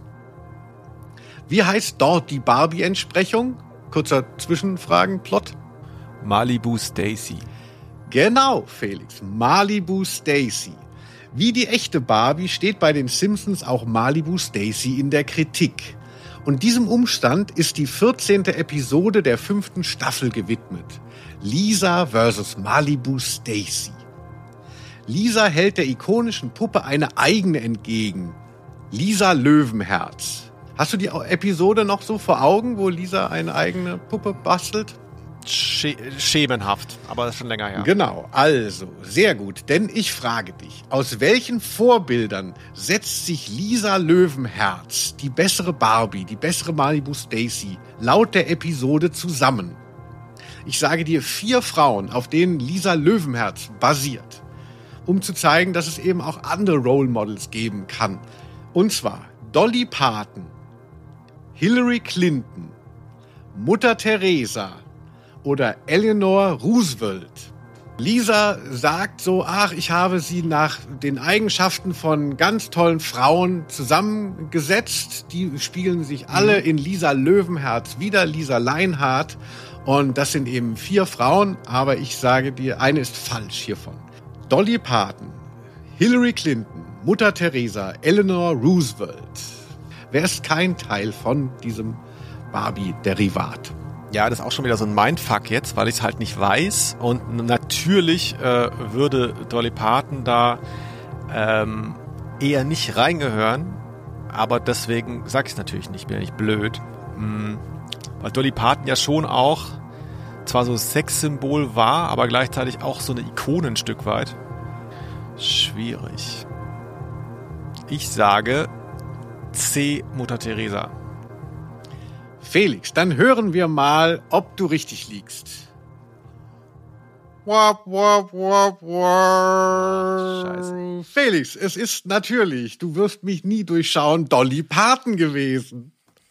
Wie heißt dort die Barbie-Entsprechung? Kurzer Zwischenfragenplot. Malibu Stacy. Genau, Felix, Malibu Stacy. Wie die echte Barbie steht bei den Simpsons auch Malibu Stacy in der Kritik. Und diesem Umstand ist die vierzehnte Episode der fünften Staffel gewidmet. Lisa versus Malibu Stacy. Lisa hält der ikonischen Puppe eine eigene entgegen. Lisa Löwenherz. Hast du die Episode noch so vor Augen, wo Lisa eine eigene Puppe bastelt? Schemenhaft, aber das ist schon länger her. Genau, also, sehr gut, denn ich frage dich, aus welchen Vorbildern setzt sich Lisa Löwenherz, die bessere Barbie, die bessere Malibu Stacy, laut der Episode zusammen? Ich sage dir vier Frauen, auf denen Lisa Löwenherz basiert, um zu zeigen, dass es eben auch andere Role Models geben kann. Und zwar Dolly Parton, Hillary Clinton, Mutter Teresa oder Eleanor Roosevelt. Lisa sagt so, ach, ich habe sie nach den Eigenschaften von ganz tollen Frauen zusammengesetzt. Die spiegeln sich alle in Lisa Löwenherz wieder, Lisa Leinhardt. Und das sind eben vier Frauen, aber ich sage dir, eine ist falsch hiervon. Dolly Parton, Hillary Clinton, Mutter Teresa, Eleanor Roosevelt. Wer ist kein Teil von diesem Barbie-Derivat? Ja, das ist auch schon wieder so ein Mindfuck jetzt, weil ich es halt nicht weiß. Und natürlich äh, würde Dolly Parton da ähm, eher nicht reingehören. Aber deswegen sage ich es natürlich nicht, bin ja nicht blöd. Mhm. Weil Dolly Parton ja schon auch zwar so ein Sexsymbol war, aber gleichzeitig auch so eine Ikone ein Stück weit. Schwierig. Ich sage C, Mutter Teresa. Felix, dann hören wir mal, ob du richtig liegst. Wap, wap, wap, wap. Scheiße. Felix, es ist natürlich, du wirst mich nie durchschauen, Dolly Parton gewesen.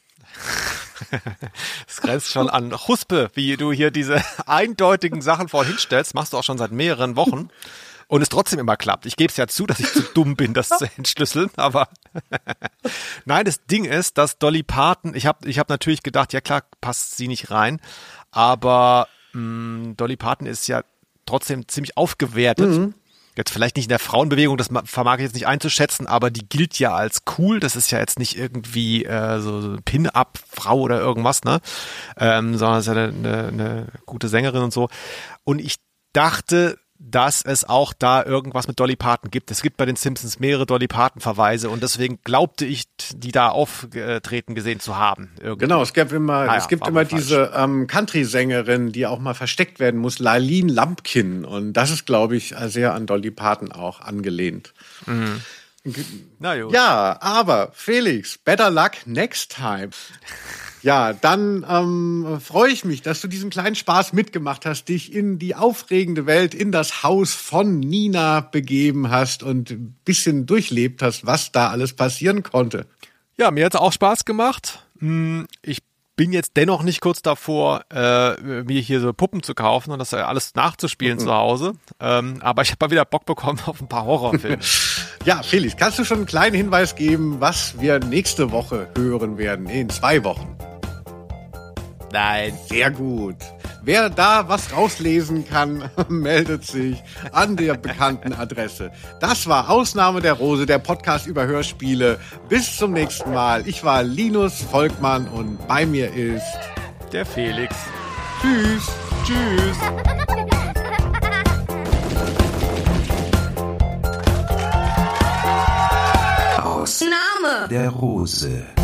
Das grenzt schon an Huspe, wie du hier diese eindeutigen Sachen vorhin stellst. Machst du auch schon seit mehreren Wochen. Und es trotzdem immer klappt. Ich gebe es ja zu, dass ich zu dumm bin, das zu entschlüsseln, aber nein, das Ding ist, dass Dolly Parton, ich habe ich hab natürlich gedacht, ja klar, passt sie nicht rein, aber mh, Dolly Parton ist ja trotzdem ziemlich aufgewertet. Mhm. Jetzt vielleicht nicht in der Frauenbewegung, das vermag ich jetzt nicht einzuschätzen, aber die gilt ja als cool. Das ist ja jetzt nicht irgendwie äh, so, so Pin-Up-Frau oder irgendwas, ne? Ähm, sondern es ist ja eine, eine, eine gute Sängerin und so. Und ich dachte, dass es auch da irgendwas mit Dolly Parton gibt. Es gibt bei den Simpsons mehrere Dolly Parton-Verweise und deswegen glaubte ich, die da auftreten gesehen zu haben. Irgendwie. Genau, es gibt immer, naja, es gibt immer diese ähm, Country-Sängerin, die auch mal versteckt werden muss, Laline Lampkin. Und das ist, glaube ich, sehr an Dolly Parton auch angelehnt. Mhm. Na gut. Ja, aber Felix, better luck next time. Ja, dann ähm, freue ich mich, dass du diesen kleinen Spaß mitgemacht hast, dich in die aufregende Welt, in das Haus von Nina begeben hast und ein bisschen durchlebt hast, was da alles passieren konnte. Ja, mir hat es auch Spaß gemacht. Ich bin jetzt dennoch nicht kurz davor, äh, mir hier so Puppen zu kaufen und das alles nachzuspielen mhm. zu Hause. Ähm, aber ich habe mal wieder Bock bekommen auf ein paar Horrorfilme. Ja, Felix, kannst du schon einen kleinen Hinweis geben, was wir nächste Woche hören werden, in zwei Wochen? Nein. Sehr gut. Wer da was rauslesen kann, meldet sich an der bekannten Adresse. Das war Ausnahme der Rose, der Podcast über Hörspiele. Bis zum nächsten Mal. Ich war Linus Volkmann und bei mir ist der Felix. Tschüss. Tschüss. Ausnahme der Rose.